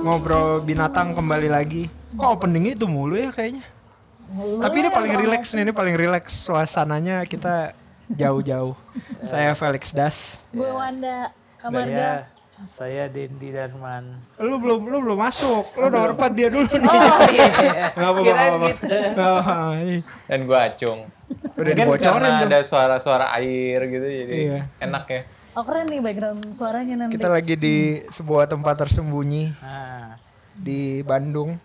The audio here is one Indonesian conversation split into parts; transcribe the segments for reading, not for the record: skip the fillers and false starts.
ngobrol binatang kembali lagi. Kok openingnya itu mulu ya kayaknya. Tapi ini paling rileks nih, ini paling rileks suasananya kita jauh-jauh. Saya Felix Das. Gue Wanda Amarga. Saya Dendi Darman. Lu belum masuk. Lu nomor 4 dia dulu nih. Enggak apa-apa. Dan gue Acung. Udah Mungkin dibocorin karena tuh. ada suara-suara air gitu jadi Iya. enak ya. Oh keren nih background suaranya nanti. Kita lagi di sebuah tempat tersembunyi Nah, di Bandung.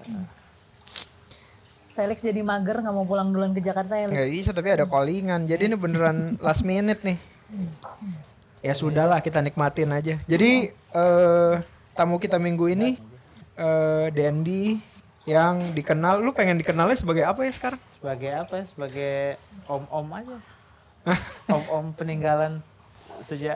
Felix jadi mager nggak mau pulang duluan ke Jakarta ya Nggak Lex. bisa tapi ada callingan. Jadi ini beneran last minute nih. Ya sudahlah kita nikmatin aja. Jadi tamu kita minggu ini Dendi yang dikenal. Lu pengen dikenalnya sebagai apa ya sekarang? sebagai apa? Sebagai om-om aja. Om-om peninggalan sejak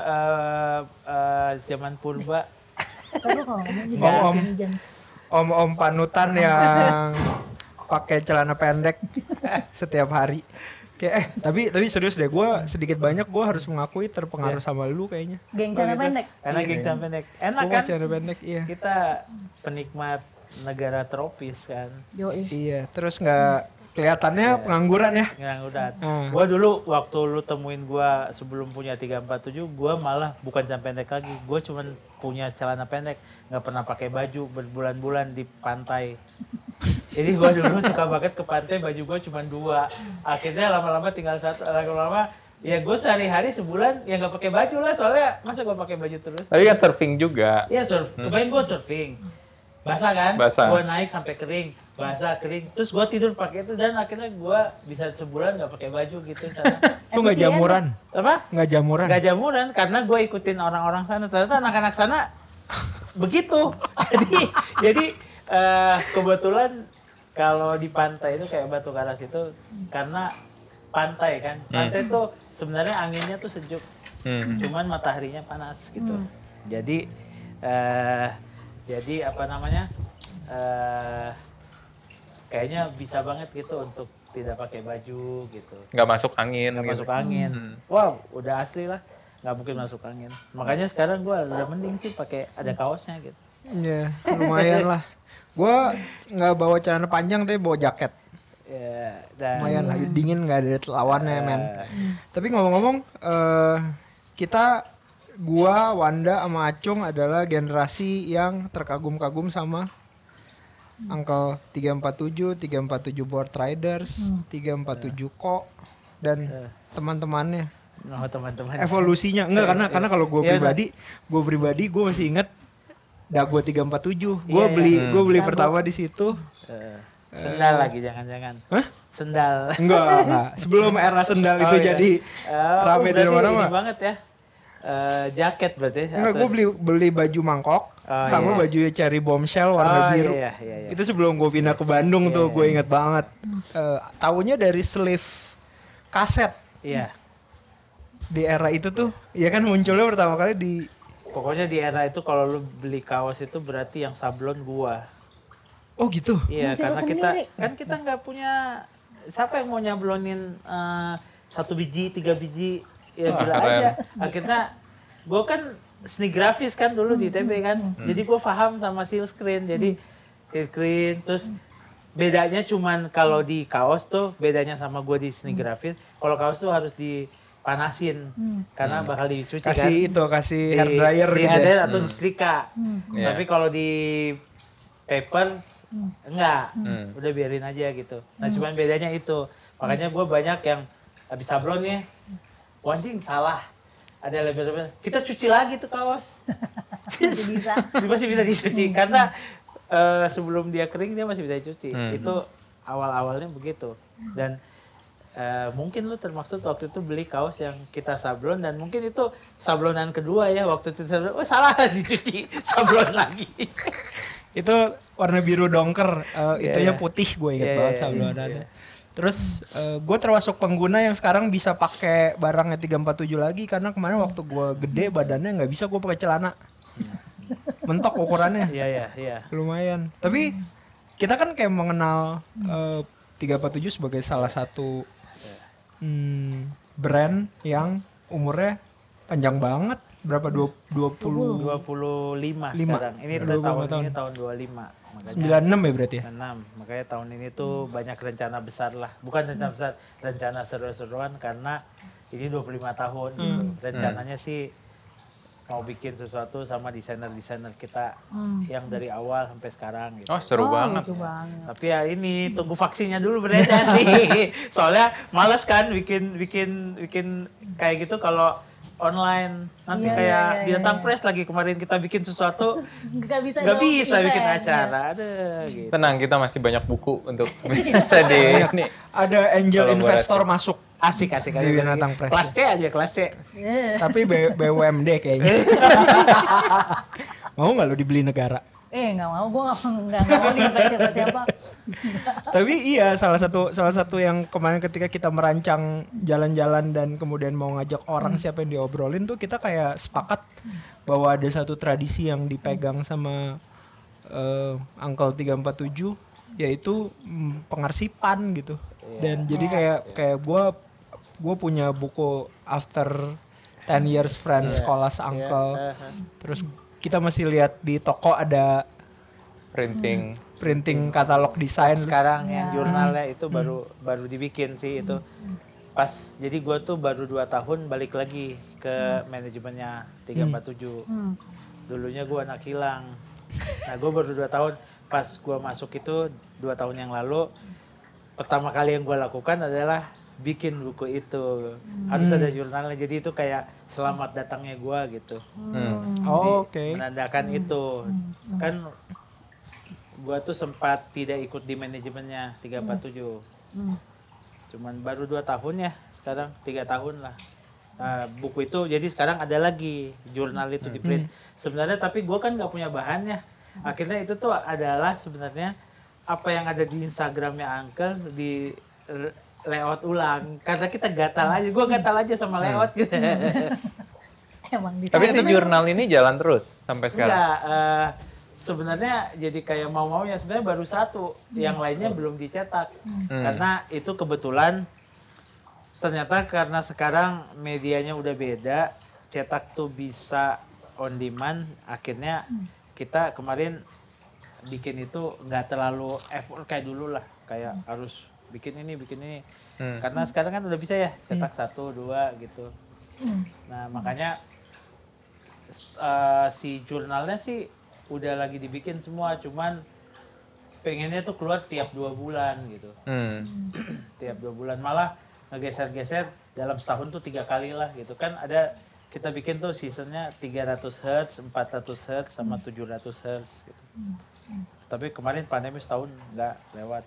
zaman purba. Kalau kalau ngomong bisa Om-om. sini jangan. Om-om panutan yang pakai celana pendek setiap hari. Kayak tapi serius deh, gue sedikit banyak gue harus mengakui terpengaruh sama lu kayaknya. Geng celana pendek. Karena geng celana pendek. Enak Gua kan? celana pendek, iya. Kita penikmat negara tropis kan. Yoi. Iya, terus nggak kelihatannya pengangguran ya. Yang udah. Hmm. Gua dulu waktu lu temuin gua sebelum punya 347, gua malah bukan celana pendek lagi. Gua cuman punya celana pendek, nggak pernah pakai baju berbulan-bulan di pantai. Jadi gua dulu suka banget ke pantai, baju gua cuma 2. Akhirnya lama-lama tinggal 1, lama-lama ya gue sehari-hari sebulan ya nggak pakai baju lah, soalnya masa gua pakai baju terus. Tapi kan surfing juga. Iya kebayang gue surfing, basah kan? Basah. Gue naik sampai kering, basah kering, terus gue tidur pakai itu dan akhirnya gue bisa sebulan nggak pakai baju gitu sana. Itu nggak jamuran, Apa? nggak jamuran. Nggak jamuran karena gue ikutin orang-orang sana. Ternyata anak-anak sana begitu. jadi kebetulan kalau di pantai itu kayak Batu Karas itu karena pantai kan. Pantai tuh sebenarnya anginnya tuh sejuk. Cuman mataharinya panas gitu. Jadi apa namanya? Kayaknya bisa banget gitu untuk tidak pakai baju gitu. Nggak masuk angin Nggak gitu. masuk angin. Wow, udah asli lah. Nggak mungkin masuk angin. Makanya sekarang gue udah mending sih pakai ada kaosnya gitu. Iya, lumayan lah. Gue nggak bawa celana panjang tapi bawa jaket. Ya, dan Lumayan lagi dingin, nggak ada lawannya men. Tapi ngomong-ngomong, gua, Wanda sama Acung adalah generasi yang terkagum-kagum sama Uncle 347, 347 Board Riders, 347 Ko dan teman-temannya. oh, teman-teman. Evolusinya enggak karena kalau gue Iya, pribadi gue masih inget Dago 347. Iya, Gue beli pertama di situ. Sendal lagi jangan-jangan. Hah? Sendal. Enggak. Sebelum era sendal itu iya. jadi rame di berarti mana-mana. ini banget ya. Jaket berarti. Enggak, gue beli baju mangkok sama baju Cherry Bombshell warna biru. Iya. Itu sebelum gue pindah ke Bandung tuh, gue inget banget. Tahunya dari sleeve kaset Iya. di era itu tuh. Ya kan munculnya pertama kali di Pokoknya di era itu kalau lu beli kaos itu berarti yang sablon gua. Oh gitu. Iya, Masih lu karena sendiri. kita nggak punya siapa yang mau nyablonin 1 biji, 3 biji ya gila keren. aja. Akhirnya gue kan seni grafis kan dulu di ITB kan. Jadi gue paham sama seal screen. Jadi seal screen terus bedanya cuman kalau di kaos tuh bedanya sama gue di seni grafis. Kalau kaos tuh harus dipanasin karena bakal dicuci Kasih kan. kasih hair dryer Di gitu. hair ya. dryer atau di setrika. Iya. Tapi kalau di paper enggak, udah biarin aja gitu. Nah cuman bedanya itu, makanya gue banyak yang habis sablon nih, anjing salah, ada label-label, kita cuci lagi tuh kaos. Masih bisa. Dia masih bisa dicuci karena sebelum dia kering dia masih bisa dicuci. Itu awal-awalnya begitu. Dan mungkin lu termaksud waktu itu beli kaos yang kita sablon dan mungkin itu sablonan kedua ya waktu itu sablon, salah dicuci sablon lagi. Itu warna biru dongker, itunya Iya. putih, gue inget Iya, banget iya, sablonannya. Terus gue termasuk pengguna yang sekarang bisa pakai barangnya 347 lagi karena kemarin waktu gue gede badannya nggak bisa gue pakai celana. Mentok ukurannya. Iya. Lumayan. Tapi kita kan kayak mengenal 347 sebagai salah satu brand yang umurnya panjang banget. berapa 20 25 Lima. sekarang. Ini 25 tahun ini tahun 25. Makanya 96 ya berarti ya. 6. Makanya tahun ini tuh banyak rencana besar lah. Bukan rencana besar, rencana seru-seruan karena ini 25 tahun gitu. Rencananya sih mau bikin sesuatu sama desainer-desainer kita yang dari awal sampai sekarang gitu. Oh seru banget. Lucu banget. Tapi ya ini tunggu vaksinnya dulu beredar nih. Soalnya malas kan bikin kayak gitu kalau online nanti kayak Binatang Press lagi kemarin kita bikin sesuatu Nggak bisa nggak dong bisa bikin event. acara. Aduh, gitu. Tenang, kita masih banyak buku untuk bisa di ini. Ada angel Kolaborasi. investor masuk Asik di aja. Binatang Press. Kelas C aja kelas C. Tapi BUMD kayaknya. Mau nggak lo dibeli negara? Nggak mau, gue nggak mau di-invite siapa-siapa. Tapi iya salah satu yang kemarin ketika kita merancang jalan-jalan dan kemudian mau ngajak orang siapa yang diobrolin tuh kita kayak sepakat bahwa ada satu tradisi yang dipegang sama Uncle 347 yaitu pengarsipan gitu. Dan jadi kayak gue punya buku After 10 Years Friends Scholas Uncle. Terus kita masih lihat di toko ada printing katalog desain. Sekarang yang jurnalnya itu baru dibikin sih itu. Pas jadi gue tuh baru 2 tahun balik lagi ke manajemennya 347. Dulunya gue anak hilang. Nah gue baru 2 tahun. Pas gue masuk itu 2 tahun yang lalu, pertama kali yang gue lakukan adalah bikin buku itu. Harus ada jurnalnya. Jadi itu kayak selamat datangnya gue gitu. Oh, oke. Menandakan itu. Kan gue tuh sempat tidak ikut di manajemennya 347. Cuman baru 2 tahun ya, sekarang 3 tahun lah. Nah, buku itu jadi sekarang ada lagi jurnal itu di print. Sebenarnya tapi gue kan nggak punya bahannya. Akhirnya itu tuh adalah sebenarnya apa yang ada di Instagramnya Uncle di layout ulang. Karena kita gatal aja, gue gatal aja sama layout gitu. Emang di Tapi itu jurnal ini jalan terus sampai sekarang. Enggak, sebenarnya jadi kayak mau-maunya sebenarnya baru 1, yang lainnya belum dicetak. Karena itu kebetulan ternyata karena sekarang medianya udah beda, cetak tuh bisa on demand, akhirnya kita kemarin bikin itu nggak terlalu effort kayak dulu lah, kayak harus bikin ini karena sekarang kan udah bisa ya cetak 1, 2 gitu. Nah makanya si jurnalnya sih udah lagi dibikin semua, cuman pengennya tuh keluar tiap 2 bulan gitu. Tiap 2 bulan, malah ngegeser-geser dalam setahun tuh 3 kali lah gitu kan. Ada kita bikin tuh seasonnya 300 Hz, 400 Hz, sama 700 Hz gitu. Tapi kemarin pandemi setahun nggak lewat.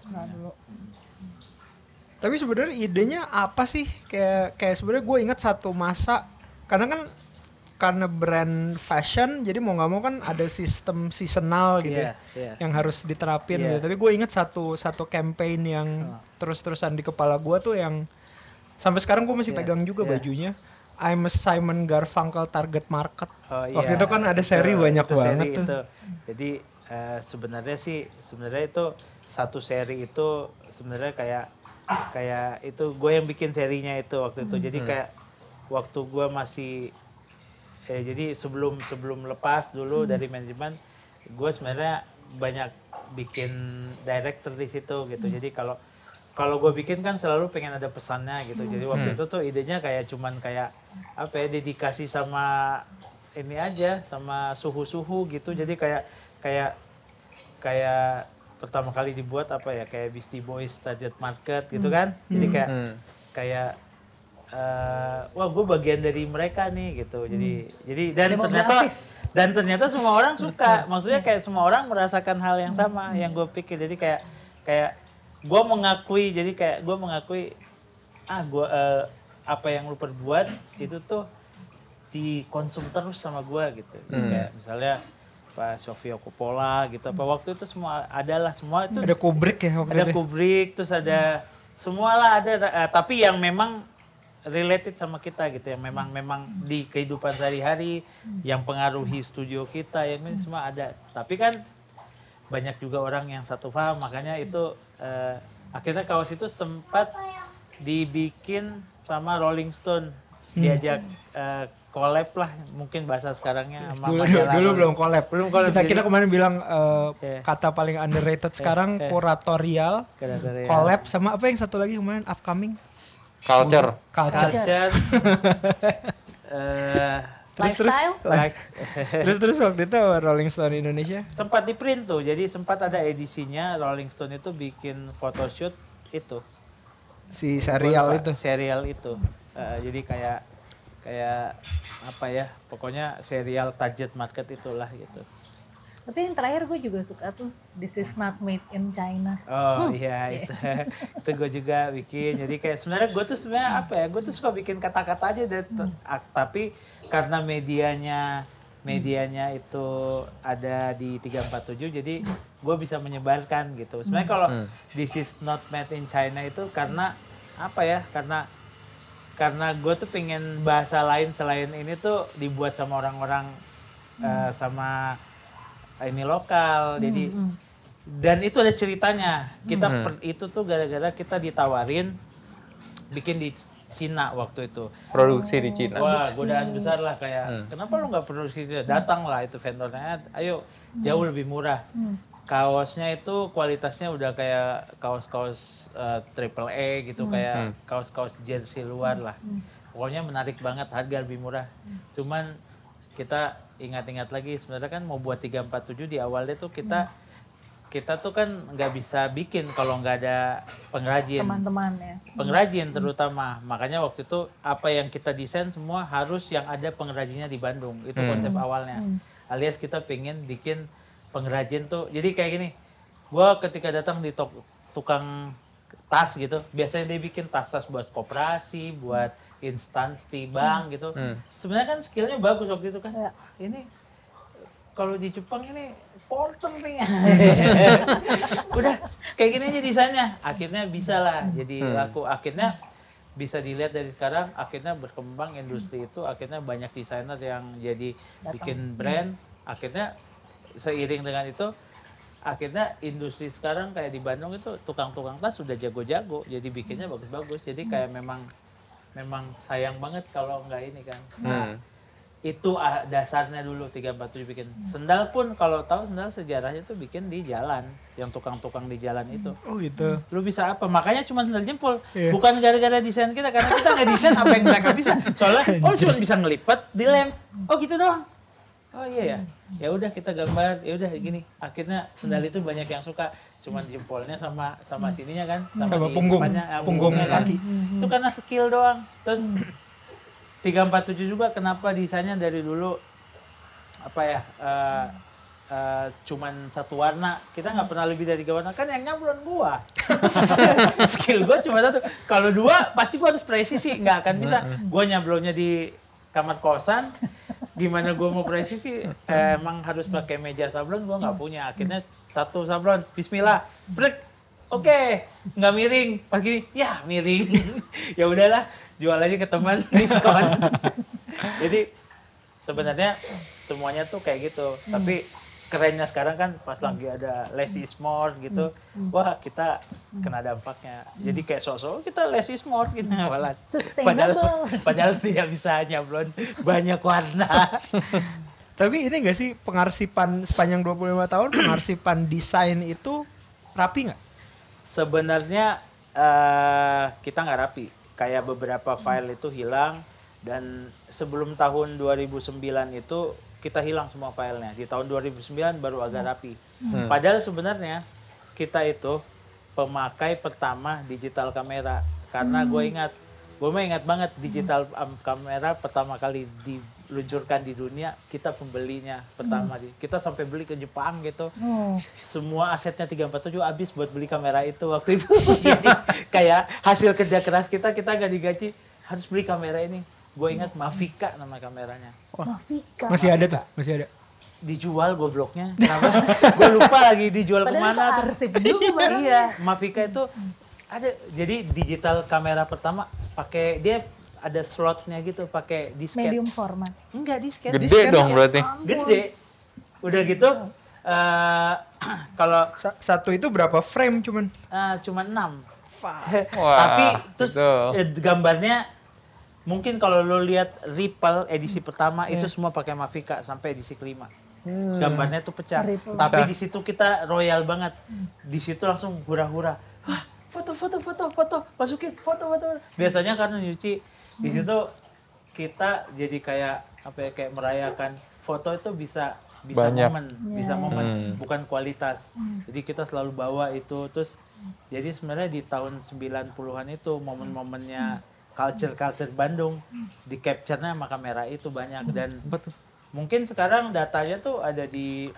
Tapi sebenarnya idenya apa sih? Kayak sebenarnya gue ingat satu masa karena brand fashion, jadi mau nggak mau kan ada sistem seasonal gitu yang harus diterapin gitu. Tapi gue ingat satu campaign yang terus-terusan di kepala gue tuh yang sampai sekarang gue masih pegang juga bajunya. I'm a Simon Garfunkel target market. Waktu itu kan ada seri banyak banget tuh. Itu. Jadi sebenarnya itu satu seri itu sebenarnya kayak itu gue yang bikin serinya itu waktu itu. Jadi kayak waktu gue masih jadi sebelum lepas dulu dari manajemen, gue sebenarnya banyak bikin director di situ gitu. Jadi kalau gue bikin kan selalu pengen ada pesannya gitu. Jadi waktu itu tuh idenya kayak cuman kayak apa ya, dedikasi sama ini aja, sama suhu-suhu gitu. Jadi kayak pertama kali dibuat apa ya, kayak Beastie Boys target market gitu kan. Jadi kayak wah gue bagian dari mereka nih gitu. Jadi dan ternyata semua orang suka. Maksudnya kayak semua orang merasakan hal yang sama yang gue pikir. Jadi kayak gue mengakui apa yang lu perbuat itu tuh dikonsum terus sama gue gitu. Kayak misalnya Pak Sofia Coppola gitu, apa waktu itu semua itu Ada Kubrick ya waktu ada itu. Kubrick, terus ada semualah ada, tapi yang memang related sama kita gitu, yang memang di kehidupan sehari-hari, yang pengaruhi studio kita, yang ini semua ada. Tapi kan banyak juga orang yang satu paham, makanya itu akhirnya kaos itu sempat dibikin sama Rolling Stone. diajak collab lah mungkin bahasa sekarangnya sama majalah. Dulu belum collab. Kita jadi- kemarin bilang Iya. kata paling underrated sekarang kuratorial, Kuratorial. collab sama apa yang satu lagi kemarin upcoming Culture. culture. culture Lifestyle. Terus waktu itu Rolling Stone Indonesia. sempat di print tuh, jadi sempat ada edisinya Rolling Stone itu bikin photoshoot itu Si serial itu. serial itu. Jadi kayak apa ya, pokoknya serial target market itulah gitu. Tapi yang terakhir gue juga suka tuh This is not made in China. Oh iya itu gue juga bikin. Jadi kayak sebenarnya gue tuh sebenarnya apa ya, gue tuh suka bikin kata-kata aja tapi karena medianya itu ada di 347 jadi gue bisa menyebarkan gitu. Sebenarnya kalau This is not made in China itu karena apa ya, karena gue tuh pengen bahasa lain selain ini tuh dibuat sama orang-orang sama ini lokal. Jadi dan itu ada ceritanya. Kita itu tuh gara-gara kita ditawarin bikin di Cina waktu itu. Produksi di Cina. Wah, godaan besar lah kayak kenapa lu nggak produksi di Cina? Datang lah itu vendornya, ayo jauh lebih murah. Kaosnya itu kualitasnya udah kayak kaos-kaos triple A gitu, kayak kaos-kaos jersey luar lah. Pokoknya menarik banget, harga lebih murah. Cuman kita ingat-ingat lagi sebenarnya kan mau buat 347 di awalnya tuh kita tuh kan nggak bisa bikin kalau nggak ada pengrajin. Teman-teman ya. Pengrajin terutama. Makanya waktu itu apa yang kita desain semua harus yang ada pengrajinnya di Bandung. Itu konsep awalnya. Alias kita pengen bikin pengrajin tuh. Jadi kayak gini. Gua ketika datang di tukang tas gitu, biasanya dia bikin tas-tas buat koperasi, buat instansi bank gitu. Sebenarnya kan skillnya bagus waktu itu kan. Ya. Ini kalau di Jepang ini porter nih. Udah kayak gini aja desainnya. Akhirnya bisa lah jadi laku. Akhirnya bisa dilihat dari sekarang, akhirnya berkembang industri itu, akhirnya banyak desainer yang jadi bikin brand. Akhirnya seiring dengan itu, akhirnya industri sekarang kayak di Bandung itu tukang-tukang tas sudah jago-jago. Jadi bikinnya bagus-bagus. Jadi kayak memang sayang banget kalau nggak ini kan. Nah, itu dasarnya dulu 347 bikin. Sendal pun kalau tahu sendal sejarahnya tuh bikin di jalan, yang tukang-tukang di jalan itu. Oh gitu. Lu bisa apa? Makanya cuma sendal jempol. Iya. Bukan gara-gara desain kita, karena kita nggak desain apa yang mereka bisa. Soalnya cuma bisa ngelipat, dilem. Oh gitu doang. Oh iya ya. Ya udah kita gambar, ya udah gini. Akhirnya sendal itu banyak yang suka. Cuman jempolnya sama sininya kan, Sama di punggung. depannya, Punggungnya kan. kaki. Itu karena skill doang. Terus 347 juga kenapa desainnya dari dulu apa ya, cuman satu warna. Kita nggak pernah lebih dari 3 warna, kan yang nyablon gua. Skill gua cuma satu. Kalau 2 pasti gua harus presisi, nggak akan bisa. Gua nyablonnya di kamar kosan, gimana gua mau presisi, emang harus pakai meja sablon, gua nggak punya. Akhirnya satu sablon, bismillah, brek. Oke, nggak miring. Pas gini, ya miring. Ya udahlah, jual aja ke teman diskon. Jadi sebenarnya semuanya tuh kayak gitu. Tapi kerennya sekarang kan pas lagi ada less is more gitu. Wah, kita kena dampaknya. Jadi kayak sok-sok kita less is more gitu malah. Sustainable. Padahal tidak bisa nyablon banyak warna. Tapi ini enggak sih pengarsipan sepanjang 25 tahun pengarsipan desain itu rapi nggak? Sebenarnya kita nggak rapi. Kayak beberapa file itu hilang, dan sebelum tahun 2009 itu kita hilang semua filenya. Di tahun 2009 baru agak rapi. Padahal sebenarnya kita itu pemakai pertama digital kamera. Karena gue ingat banget digital kamera pertama kali diluncurkan di dunia, kita pembelinya pertama. Kita sampai beli ke Jepang gitu. Semua asetnya 347 habis buat beli kamera itu waktu itu. Jadi kayak hasil kerja keras kita gak digaji, harus beli kamera ini. Gue ingat Mavica nama kameranya. Mavica. Masih ada tuh, masih ada. Dijual gobloknya. Kenapa? Gue lupa lagi dijual Padahal kemana itu tuh. arsip juga barang. Iya, Mavica itu ada. Jadi digital kamera pertama pakai, dia ada slotnya gitu, pakai disket. Medium format. Enggak, disket. Gede Disket. dong berarti. Gede. Udah gitu kalau Satu itu berapa frame cuman? cuma 6. Wah, Tapi terus betul. gambarnya mungkin kalau lo lihat Ripple edisi pertama itu semua pakai Mavica sampai edisi kelima. Gambarnya tuh pecah. Ripple. Tapi di situ kita royal banget. Di situ langsung hura-hura. Wah, foto, masukin foto. Biasanya karena nyuci di situ kita jadi kayak kayak merayakan foto itu bisa Banyak. momen, bisa momen, bukan kualitas. Jadi kita selalu bawa itu terus. Jadi sebenarnya di tahun 90-an itu momen-momennya culture Bandung di capture-nya sama kamera itu banyak dan mungkin sekarang datanya tuh ada di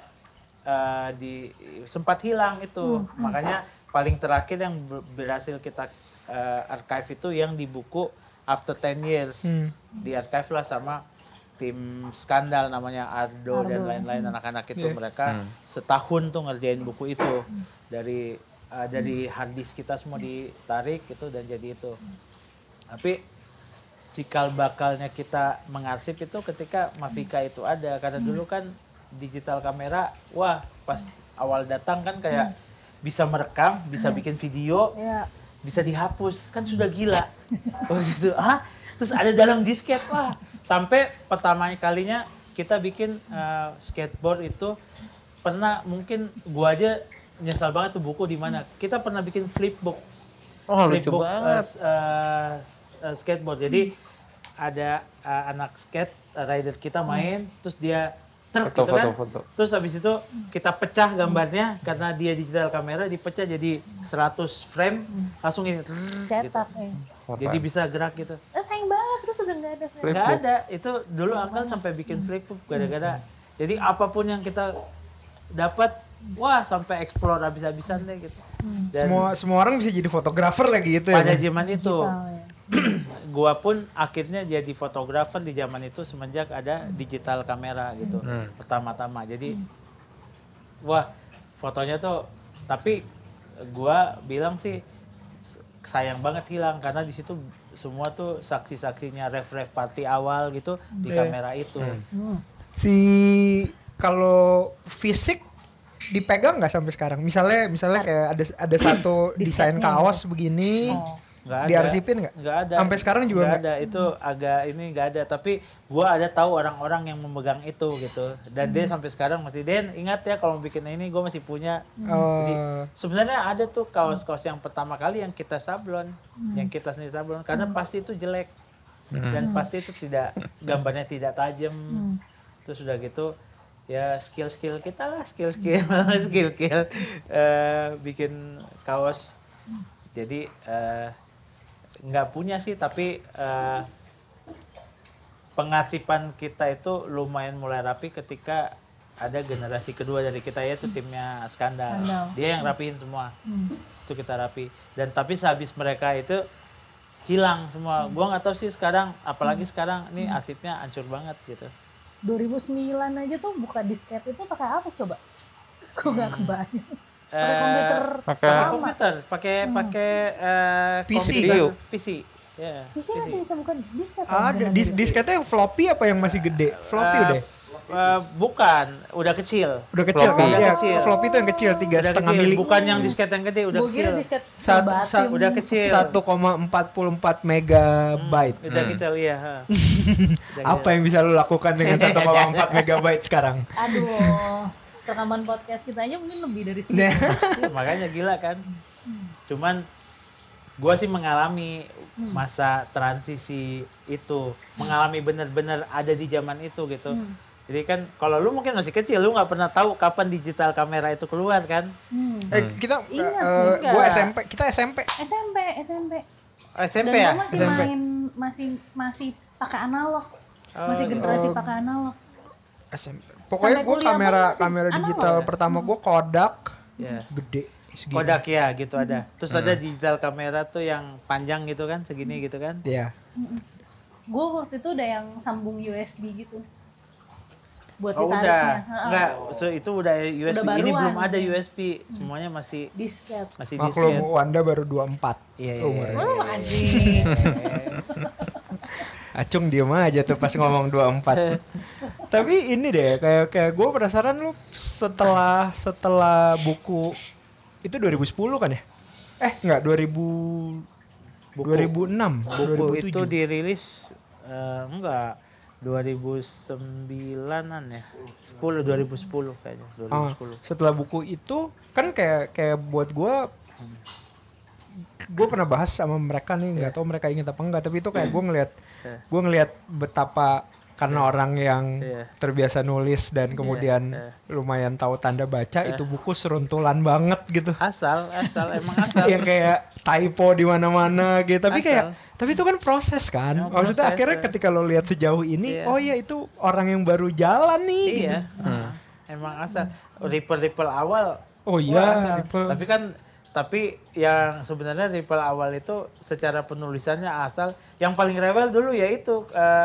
sempat hilang itu. Makanya paling terakhir yang berhasil kita archive itu yang di buku After 10 Years. Di archive lah sama tim Skandal namanya Ardo dan lain-lain anak-anak itu mereka setahun tuh ngerjain buku itu dari hard disk kita semua ditarik gitu dan jadi itu. Tapi cikal bakalnya kita mengarsip itu ketika Mavica itu ada karena dulu kan digital kamera wah pas awal datang kan kayak bisa merekam, bisa bikin video, bisa dihapus kan sudah gila. Waktu itu terus ada dalam disket wah sampai pertama kalinya kita bikin skateboard itu pernah mungkin gua aja nyesal banget tuh buku di mana kita pernah bikin flipbook. Lucu banget. Skateboard. Jadi ada anak skate rider kita main terus dia gitu kan. Terus habis itu kita pecah gambarnya karena dia digital kamera dipecah jadi 100 frame langsung ini Cetak gitu. Jadi bisa gerak gitu. Sayang banget terus udah nggak ada. Nggak ada. Itu dulu Uncle sampai bikin flipbook gara-gara. Jadi apapun yang kita dapat wah sampai explore habis-habisan deh gitu. Dan semua orang bisa jadi fotografer lagi gitu pada ya. zaman itu Digital, gua pun akhirnya jadi fotografer di zaman itu semenjak ada digital kamera gitu pertama-tama. Jadi wah fotonya tuh tapi gua bilang sih sayang banget hilang karena di situ semua tuh saksi-saksinya ref party awal gitu di kamera itu. Si kalau fisik dipegang nggak sampai sekarang? Misalnya kayak ada satu desain kaos begini, diarsipin nggak? Nggak ada. Sampai sekarang juga nggak ada. Itu agak ini nggak ada. Tapi gua ada tahu orang-orang yang memegang itu gitu. Dan dia sampai sekarang masih ingat ya kalau bikin ini gua masih punya. Jadi, sebenarnya ada tuh kaos-kaos yang pertama kali yang kita sablon, yang kita sendiri sablon karena pasti itu jelek dan pasti itu gambarnya tidak tajam. Terus udah gitu. Ya skill kita lah skill bikin kaos jadi nggak punya sih tapi pengarsipan kita itu lumayan mulai rapi ketika ada generasi kedua dari kita yaitu timnya Skandal. Dia yang rapihin semua itu kita rapi dan tapi sehabis mereka itu hilang semua. Gua nggak tahu sih sekarang apalagi sekarang ini arsipnya hancur banget gitu. 2009 aja tuh buka disket itu pakai apa coba? Kok nggak kebayang? Pakai komputer. Pakai PC. PC. Ya. PC masih bisa buka disket. Ada disketnya yang floppy apa yang masih gede? Floppy udah. Bukan, udah kecil. Udah kecil Floppy. kan? Udah Ya, kecil. floppy itu yang kecil 3,5 mili. Bukan yang disket yang gede, udah Gue kira kecil. disket Sa- Udah kecil. 1,44 megabyte. Udah kecil iya. Apa yang bisa lu lakukan dengan 1,4 megabyte sekarang? Aduh, rekaman podcast kita aja mungkin lebih dari segitu. Ya, makanya gila kan. Cuman gua sih mengalami masa transisi itu, mengalami benar-benar ada di zaman itu gitu. Jadi kan kalau lu mungkin masih kecil, lu nggak pernah tahu kapan digital kamera itu keluar kan? Kita Ingat sih, gua kita SMP. SMP Dan ya? gue masih main masih pakai analog. Masih generasi pakai analog. SMP. Pokoknya Sampai gue kuliah pun masih kamera digital analog. pertama gue Kodak. Ya. Gede. Segini. Kodak ya gitu ada. Terus ada digital kamera tuh yang panjang gitu kan, segini gitu kan? Iya. Gue waktu itu udah yang sambung USB gitu. Buat Oh ditariknya. udah, enggak, itu udah USB. Udah Ini baruan. belum ada USB, semuanya masih Disket. Maklum disket. Wanda baru 24. Iya. Oh, makasih. Acung diem aja tuh pas ngomong 24. Tapi ini deh kayak gue penasaran lu setelah buku itu 2010 kan ya? Enggak, 2006, Buku 2007. itu dirilis Enggak, 2009-an ya. 2010 kayaknya, 2010. Setelah buku itu kan kayak buat gue pernah bahas sama mereka nih, nggak tahu mereka ingat apa enggak, tapi itu kayak gue ngelihat betapa karena orang yang terbiasa nulis dan kemudian lumayan tahu tanda baca, itu buku seruntulan banget gitu. Asal emang asal. Yang kayak typo di mana-mana gitu. Tapi tapi itu kan proses kan. Ya, maksudnya akhirnya ketika lo lihat sejauh ini, oh iya itu orang yang baru jalan nih. Iya. Gitu. Emang asal. Ripple awal. Oh iya. Tapi yang sebenarnya Ripple awal itu secara penulisannya asal. Yang paling rewel dulu yaitu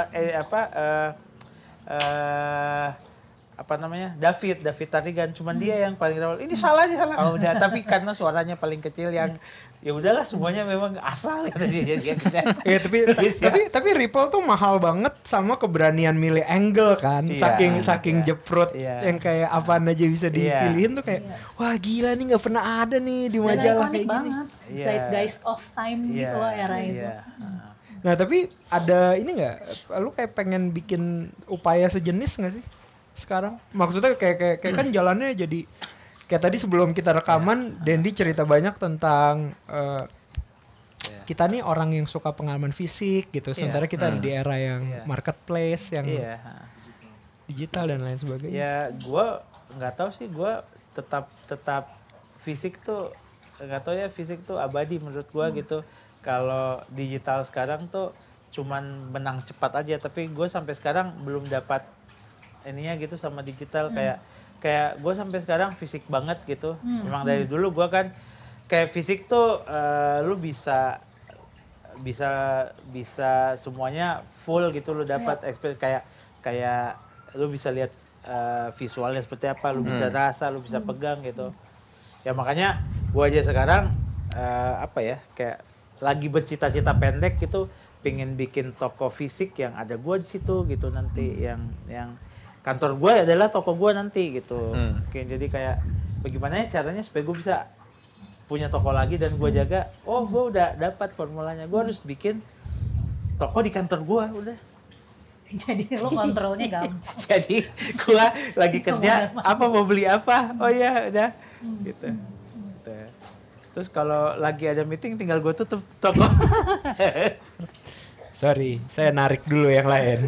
David Tarigan, cuman dia yang paling rewel. Ini salah. Oh udah, tapi karena suaranya paling kecil yang ya udahlah, semuanya memang asal kata dia. Ya, tapi Ripple tuh mahal banget sama keberanian milih angle kan. Saking jeprot yang kayak apaan aja bisa dipilihin tuh kayak wah gila nih, nggak pernah ada nih di majalah kayak gini. Zeitgeist of time gitu loh era itu. Nah tapi ada ini nggak, lu kayak pengen bikin upaya sejenis nggak sih sekarang? Maksudnya kayak kan jalannya jadi kayak tadi sebelum kita rekaman, Dendi cerita banyak tentang kita nih orang yang suka pengalaman fisik gitu, sementara kita ada di era yang marketplace, yang digital dan lain sebagainya. Ya gue nggak tahu sih, gue tetap fisik tuh nggak tahu ya, fisik tuh abadi menurut gue gitu. Kalau digital sekarang tuh cuman menang cepat aja, tapi gue sampai sekarang belum dapat ininya gitu sama digital. Kayak gue sampai sekarang fisik banget gitu. Memang dari dulu gue kan kayak fisik tuh lu bisa semuanya full gitu, lu dapat kayak lu bisa lihat visualnya seperti apa, lu bisa rasa, lu bisa pegang gitu. Ya makanya gue aja sekarang kayak lagi bercita-cita pendek gitu, pengen bikin toko fisik yang ada gue di situ gitu nanti, yang kantor gue adalah toko gue nanti gitu. Jadi kayak bagaimana ya caranya supaya gue bisa punya toko lagi dan gue jaga. Oh gue udah dapat formulanya, gue harus bikin toko di kantor gue udah. Jadi lo kontrolnya gampang. Jadi gue lagi kerja mau beli apa, oh ya udah gitu. Terus kalau lagi ada meeting tinggal gue tutup toko. Sorry, saya narik dulu yang lain.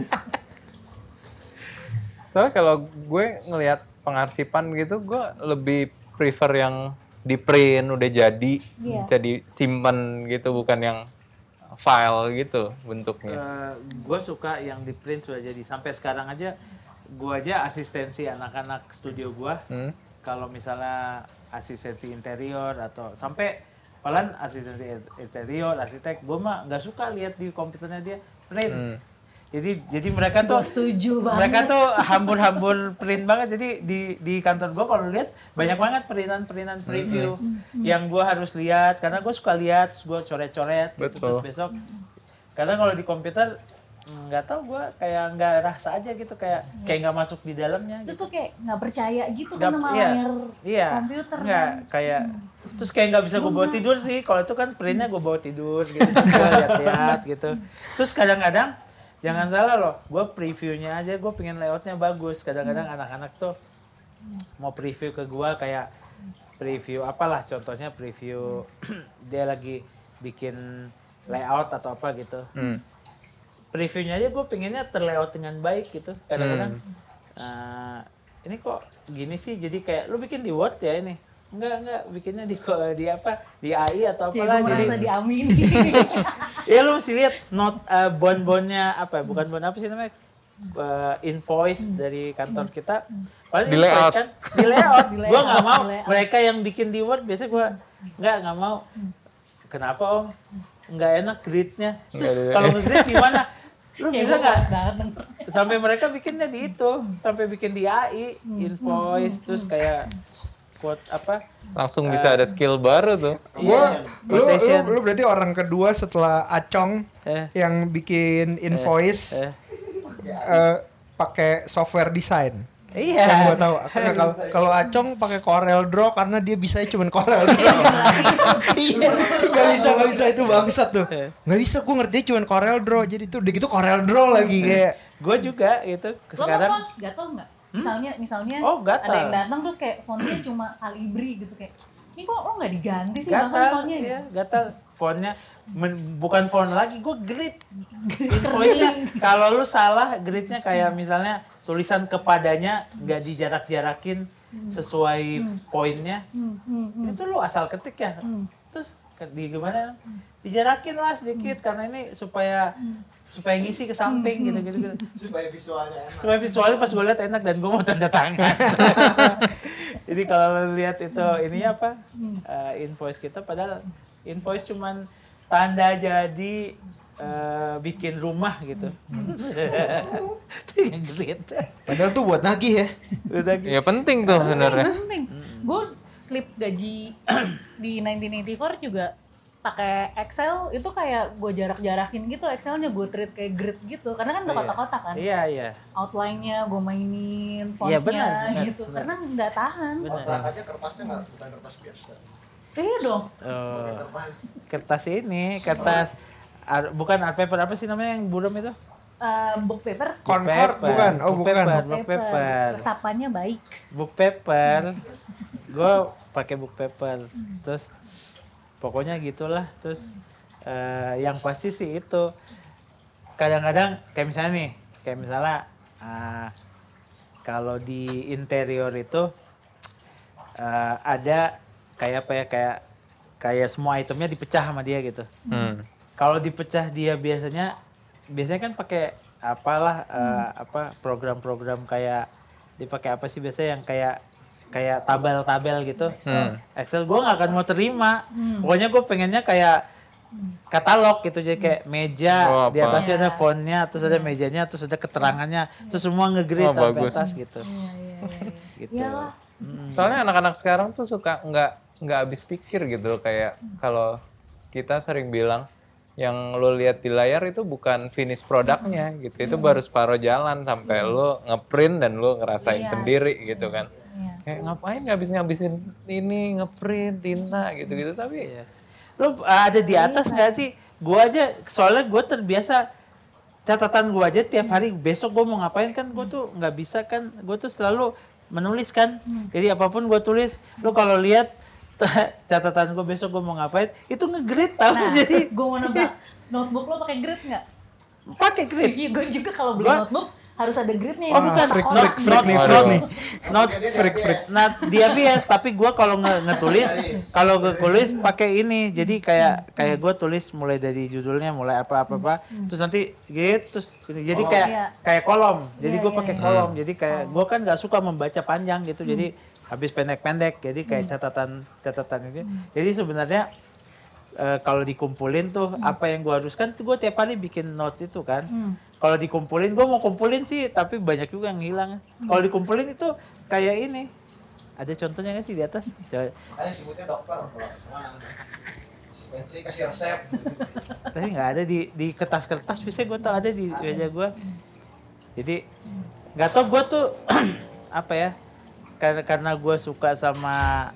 Soalnya kalau gue ngelihat pengarsipan gitu, gue lebih prefer yang di print udah jadi, bisa disimpan gitu, bukan yang file gitu bentuknya. Gue suka yang di print sudah jadi. Sampai sekarang aja gue asistensi anak-anak studio gue. Kalau misalnya asistensi interior atau sampai paling asistensi interior, arsitek, gue mah nggak suka lihat di komputernya dia print. Jadi mereka tuh setuju banget. Mereka tuh hambur-hambur print banget. Jadi di kantor gue kalau lihat banyak banget perintan preview yang gue harus lihat, karena gue suka lihat, terus gue coret-coret gitu, terus besok. Karena kalau di komputer nggak tahu, gue kayak nggak rasa aja gitu, kayak nggak masuk di dalamnya. Terus gitu. tuh kayak nggak percaya gitu kan sama layar komputer. Nggak kayak terus kayak nggak bisa gue bawa tidur sih. Kalau itu kan printnya gue bawa tidur gitu, terus gue lihat-lihat gitu. Terus kadang-kadang jangan salah loh, gue previewnya aja gue pengen layoutnya bagus. Kadang-kadang anak-anak tuh mau preview ke gue, kayak preview apalah, contohnya preview dia lagi bikin layout atau apa gitu. Previewnya aja gue pengennya terlayout dengan baik gitu. Kadang-kadang ini kok gini sih, jadi kayak lu bikin di Word ya ini. Enggak, bikinnya di AI atau apalah. Jadi merasa diamini. Ya lu mesti lihat note bon-bonnya bukan bon apa sih namanya, invoice dari kantor kita. Paling di layout kan di layout. Gue nggak mau mereka yang bikin di Word. Biasanya gue nggak mau. Kenapa om? Nggak enak gridnya. Terus kalau nge-grid gimana? Lu bisa nggak sampai mereka bikinnya di itu, sampai bikin di AI invoice, terus kayak quote langsung bisa ada skill baru tuh. Lu berarti orang kedua setelah Acong yang bikin invoice pakai software design. Iya. Yang gue tahu. Kalau Acong pakai Corel Draw karena dia bisa cuman Corel Draw. Iya. Gak bisa itu bangsat tuh. Gak bisa, gue ngerti cuman Corel Draw. Jadi tuh udah gitu Corel Draw lagi kayak. Gue juga gitu. Lo Sekarang font gatel nggak? Misalnya Oh, gatel. ada yang datang terus kayak fontnya cuma Calibri gitu kayak. Ini kok lo nggak diganti sih bahkan fontnya? Iya, gatal. Fontnya bukan font lagi, gue grid. Invoice-nya kalau lu salah gridnya kayak misalnya tulisan kepadanya nggak dijarak-jarakin sesuai poinnya. Itu lu asal ketik ya. Terus gimana? Dijarakin lah sedikit karena ini supaya ngisi ke samping gitu. Supaya visualnya enak. Supaya visualnya pas gue lihat enak dan gue mau tanda tangan. Jadi kalau lo lihat itu ini apa invoice kita, padahal invoice cuman tanda jadi bikin rumah gitu. Itu yang grid. Padahal tuh buat nagih ya. Ya penting tuh sebenarnya. Penting. Gue slip gaji di 1984 juga pakai Excel, itu kayak gue jarak-jarakin gitu Excelnya, gue treat kayak grid gitu karena kan udah kotak-kotak kan. Iya. Outline-nya gue mainin, Iya, fontnya benar, gitu karena nggak tahan. Kontrak aja kertasnya bukan kertas biasa. Iya dong. Kertas. Kertas bukan art paper, apa sih namanya yang buram itu? Book paper. Concord bukan. Oh Book bukan. paper. Resapannya baik. Book paper. Gue pakai book paper. Terus pokoknya gitulah. Terus yang pasti sih itu kadang-kadang kayak misalnya kalau di interior itu ada kayak apa ya, kayak semua itemnya dipecah sama dia gitu. Kalau dipecah dia biasanya kan pakai apalah program-program kayak dipakai apa sih biasanya yang kayak tabel-tabel gitu. Excel gue nggak akan mau terima. Pokoknya gue pengennya kayak katalog gitu, jadi kayak meja di atasnya ada fontnya, terus ada mejanya, terus ada keterangannya, terus semua nge-grid sampai atas gitu. Gitu. Soalnya anak-anak sekarang tuh suka nggak habis pikir gitu, kayak kalau kita sering bilang yang lo lihat di layar itu bukan finish produknya gitu, itu baru separuh jalan sampai lo ngeprint dan lo ngerasain sendiri gitu kan. Kayak ngapain ngabisin ini ngeprint tinta gitu tapi lo ada di atas nggak sih? Gue aja soalnya gue terbiasa catatan gue aja tiap hari, besok gue mau ngapain kan gue tuh nggak bisa kan, gue tuh selalu menulis kan. Jadi apapun gue tulis. Lo kalau lihat catatan gue besok gue mau ngapain itu nge-grid tau. Nah, jadi gue mau nembak, notebook lo pakai grid nggak? pakai grid. Iya, gue juga kalau beli notebook harus ada gridnya. Oh bukan, not freak. Nah dia bias, tapi gue kalau ngetulis pakai ini. Jadi kayak gue tulis mulai dari judulnya, mulai apa, terus nanti gitu, terus jadi kayak kolom. Jadi gue pakai kolom. Jadi kayak gue kan nggak suka membaca panjang gitu. Jadi habis pendek-pendek. Jadi kayak catatan itu. Jadi sebenarnya kalau dikumpulin tuh apa yang gue haruskan tuh gue tiap hari bikin notes itu kan. Kalau dikumpulin, gue mau kumpulin sih, tapi banyak juga yang hilang. Kalau dikumpulin itu kayak ini. Ada contohnya nggak sih di atas? Kayak sebutnya dokter. Kasih resep. Tapi nggak ada di kertas-kertas. Biasanya gue tau ada di meja gue. Jadi nggak tau gue tuh apa ya? Karena gue suka sama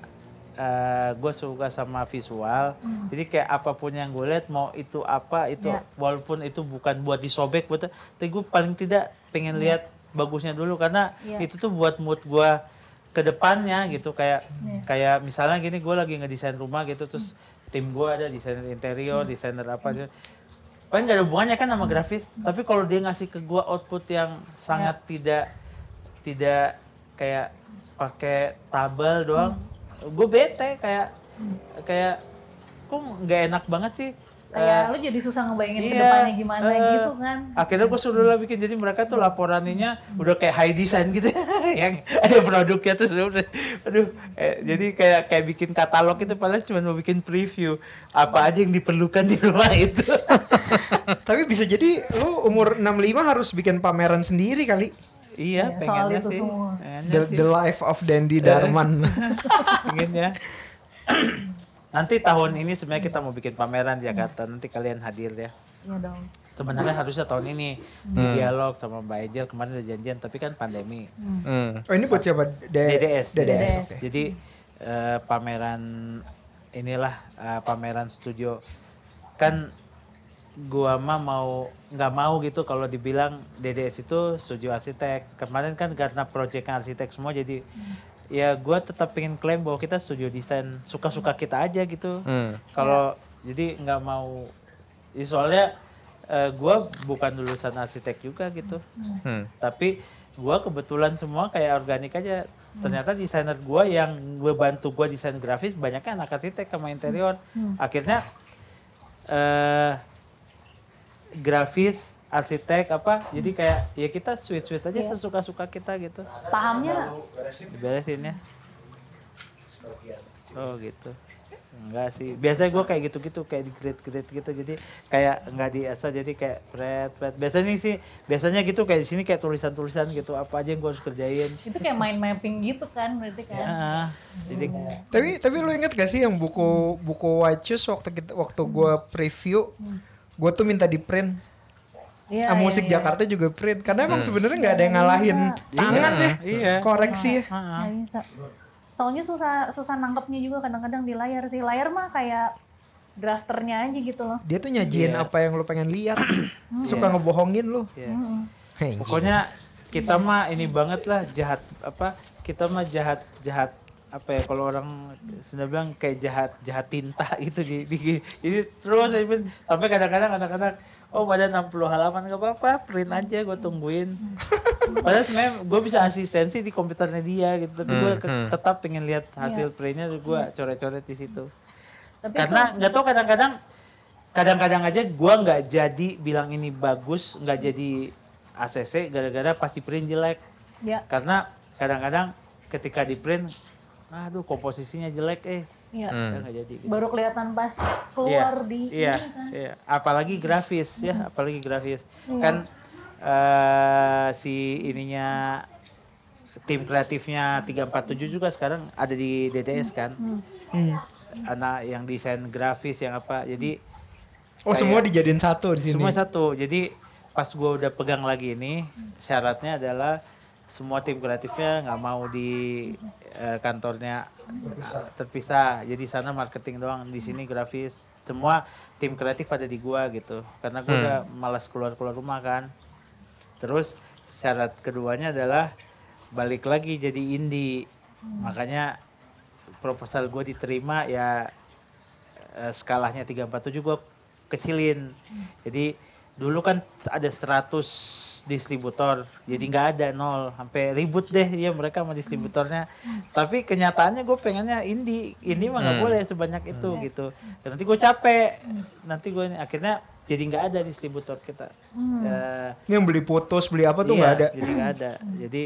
visual. Jadi kayak apapun yang gue lihat, mau itu apa itu, walaupun itu bukan buat disobek, tapi gue paling tidak pengen lihat bagusnya dulu, karena itu tuh buat mood gue ke depannya gitu. Kayak misalnya gini, gue lagi ngedesain rumah gitu, terus tim gue ada desainer interior, desainer apa gitu. Paling gak ada hubungannya kan sama grafis, tapi kalau dia ngasih ke gue output yang sangat tidak kayak pakai tabel doang, gue bete, kayak kok nggak enak banget sih. Kayak lu jadi susah ngebayangin ke depannya gimana gitu kan. Akhirnya gue suruh lah bikin, jadi mereka tuh laporannya udah kayak high design gitu yang ada produknya tuh jadi kayak bikin katalog itu, padahal cuma mau bikin preview apa aja yang diperlukan di rumah itu. Tapi bisa jadi lu umur 65 harus bikin pameran sendiri kali. Iya, soal pengennya itu sih. semua. The life of Dandy Darman. Pengennya. Nanti tahun ini sebenarnya kita mau bikin pameran di Jakarta. Nanti kalian hadir ya. Iya dong. Sebenarnya harusnya tahun ini di dialog sama Mbak Angel kemarin udah janjian tapi kan pandemi. Oh ini buat siapa? DDS. DDS. Jadi pameran inilah pameran studio kan gua mah nggak mau gitu kalau dibilang DDS itu studio arsitek. Kemarin kan karena proyeknya arsitek semua jadi ya gua tetap pengen klaim bahwa kita studio desain suka-suka kita aja gitu. Kalau jadi nggak mau soalnya gua bukan lulusan arsitek juga gitu. Tapi gua kebetulan semua kayak organik aja. Ternyata desainer gua yang gue bantu gua desain grafis banyaknya anak arsitek sama interior. Akhirnya grafis, arsitek apa, jadi kayak ya kita switch aja sesuka-suka kita gitu. Pahamnya Diberesin ya. Oh gitu. Enggak sih. Biasanya gue kayak gitu-gitu, kayak di grade gitu. Jadi kayak enggak diasah jadi kayak pret. Biasanya gitu kayak di sini kayak tulisan-tulisan gitu. Apa aja yang gue harus kerjain. itu kayak mind mapping gitu kan berarti kan. Jadi Tapi lu inget gak sih yang buku White Shoes waktu gue preview, gue tuh minta di print. Iya, Musik Jakarta juga print karena emang sebenarnya nggak ada yang ngalahin tangan ya, koreksi ya. Nggak bisa. Soalnya susah nangkepnya juga kadang-kadang di layar sih. Layar mah kayak drafternya aja gitu loh. Dia tuh nyajiin apa yang lu pengen lihat, suka ngebohongin lu. Hey, pokoknya kita mah ini banget lah jahat apa? Kita mah jahat apa ya kalau orang sudah bilang kayak jahat tinta gitu jadi terus sampai kadang-kadang oh pada 60 halaman gak apa-apa print aja gue tungguin padahal sebenarnya gue bisa asistensi di komputernya dia gitu tapi gue tetap pengen lihat hasil printnya gue coret-coret di situ. Tapi karena nggak tahu kadang-kadang aja gue nggak jadi bilang ini bagus nggak jadi ACC gara-gara pasti print jelek karena kadang-kadang ketika di print aduh komposisinya jelek nggak jadi gitu. Baru kelihatan pas keluar iya. Apalagi grafis kan si ininya tim kreatifnya 347 juga sekarang ada di DDS kan anak yang desain grafis yang apa jadi semua dijadiin satu di sini. Semua satu jadi pas gue udah pegang lagi ini syaratnya adalah semua tim kreatifnya nggak mau di kantornya terpisah jadi sana marketing doang di sini grafis semua tim kreatif ada di gua gitu karena gua udah malas keluar rumah kan. Terus syarat keduanya adalah balik lagi jadi indie makanya proposal gua diterima ya skalanya 347 gua kecilin jadi dulu kan ada 100 distributor jadi nggak ada 0 sampai ribut deh ya mereka sama distributornya tapi kenyataannya gue pengennya indie mah nggak boleh sebanyak itu gitu dan nanti gue capek nanti gue akhirnya jadi nggak ada distributor kita ini yang beli putus beli apa tuh nggak ada jadi nggak ada jadi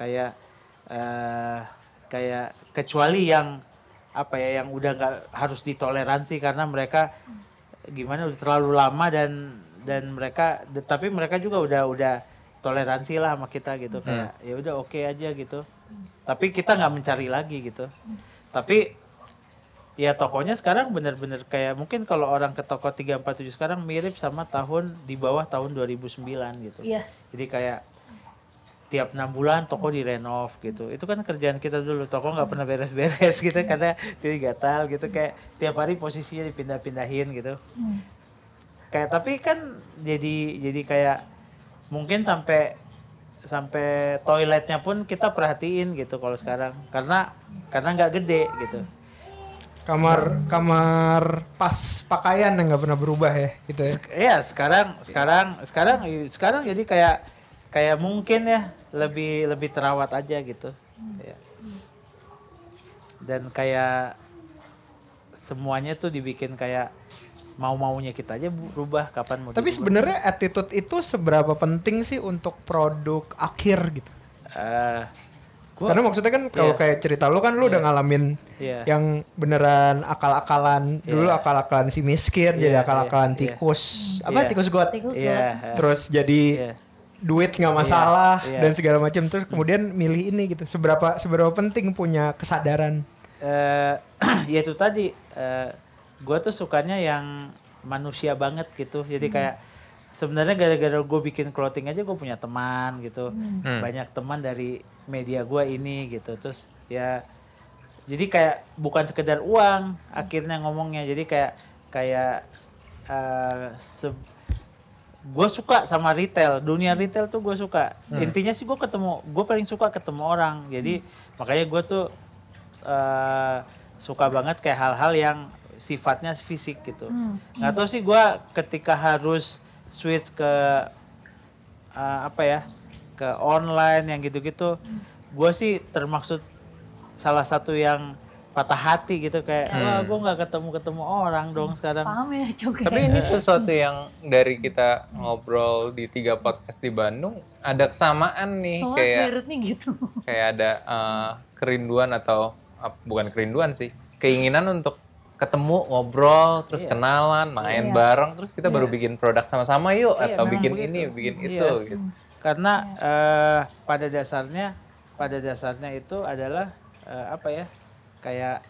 kayak kecuali yang apa ya yang udah nggak harus ditoleransi karena mereka gimana udah terlalu lama dan mereka tapi mereka juga udah toleransi lah sama kita gitu kayak ya udah oke aja gitu tapi kita nggak mencari lagi gitu tapi ya tokonya sekarang bener-bener kayak mungkin kalau orang ke toko 347 sekarang mirip sama tahun di bawah tahun 2009 gitu jadi kayak tiap 6 bulan toko direnov gitu itu kan kerjaan kita dulu toko nggak pernah beres-beres gitu karena jadi gatal gitu kayak tiap hari posisinya dipindah-pindahin gitu kayak tapi kan jadi kayak mungkin sampai toiletnya pun kita perhatiin gitu kalau sekarang karena nggak gede gitu kamar pas pakaian yang nggak pernah berubah ya gitu ya iya sekarang jadi kayak mungkin ya lebih terawat aja gitu ya. Dan kayak semuanya tuh dibikin kayak mau-maunya kita aja berubah kapan mau. Tapi sebenarnya attitude itu seberapa penting sih untuk produk akhir gitu? Karena maksudnya kan kalau kayak cerita lu kan lu udah ngalamin yang beneran akal-akalan dulu akal-akalan si miskin jadi akal-akalan tikus tikus got terus jadi duit nggak masalah dan segala macam terus kemudian milih ini gitu seberapa penting punya kesadaran ya itu tadi gue tuh sukanya yang manusia banget gitu. Jadi kayak sebenarnya gara-gara gue bikin clothing aja gue punya teman gitu. Banyak teman dari media gue ini gitu. Terus ya jadi kayak bukan sekedar uang akhirnya ngomongnya. Jadi kayak gue suka sama retail, dunia retail tuh gue suka. Intinya sih gue paling suka ketemu orang. Jadi makanya gue tuh suka banget kayak hal-hal yang sifatnya fisik gitu. Nggak tahu sih gue ketika harus switch ke ke online yang gitu-gitu, gue sih termaksud salah satu yang patah hati gitu kayak wah gue nggak ketemu orang dong sekarang. Paham ya juga. Tapi ini sesuatu yang dari kita ngobrol di 3 podcast di Bandung ada kesamaan nih. Soalnya Kayak spiritnya gitu. kayak ada kerinduan atau bukan kerinduan sih, keinginan untuk ketemu, ngobrol, terus kenalan, main bareng, terus kita baru bikin produk sama-sama yuk, atau memang bikin begitu. ini, bikin itu gitu. Karena pada dasarnya itu adalah kayak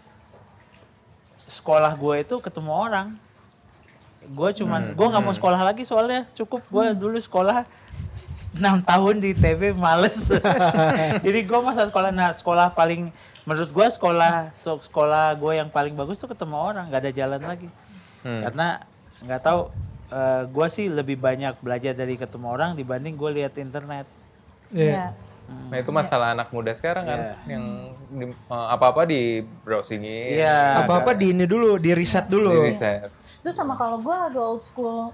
sekolah gue itu ketemu orang. Gue nggak mau sekolah lagi soalnya cukup gue dulu sekolah 6 tahun di TV males. Jadi gue masa sekolah paling menurut gue sekolah gue yang paling bagus tuh ketemu orang, nggak ada jalan lagi. Karena nggak tahu gue sih lebih banyak belajar dari ketemu orang dibanding gue lihat internet. Iya. Nah itu masalah anak muda sekarang kan, yang apa-apa di browsingin, Apa-apa di ini dulu, di riset dulu. di riset. Terus sama kalau gue agak old school,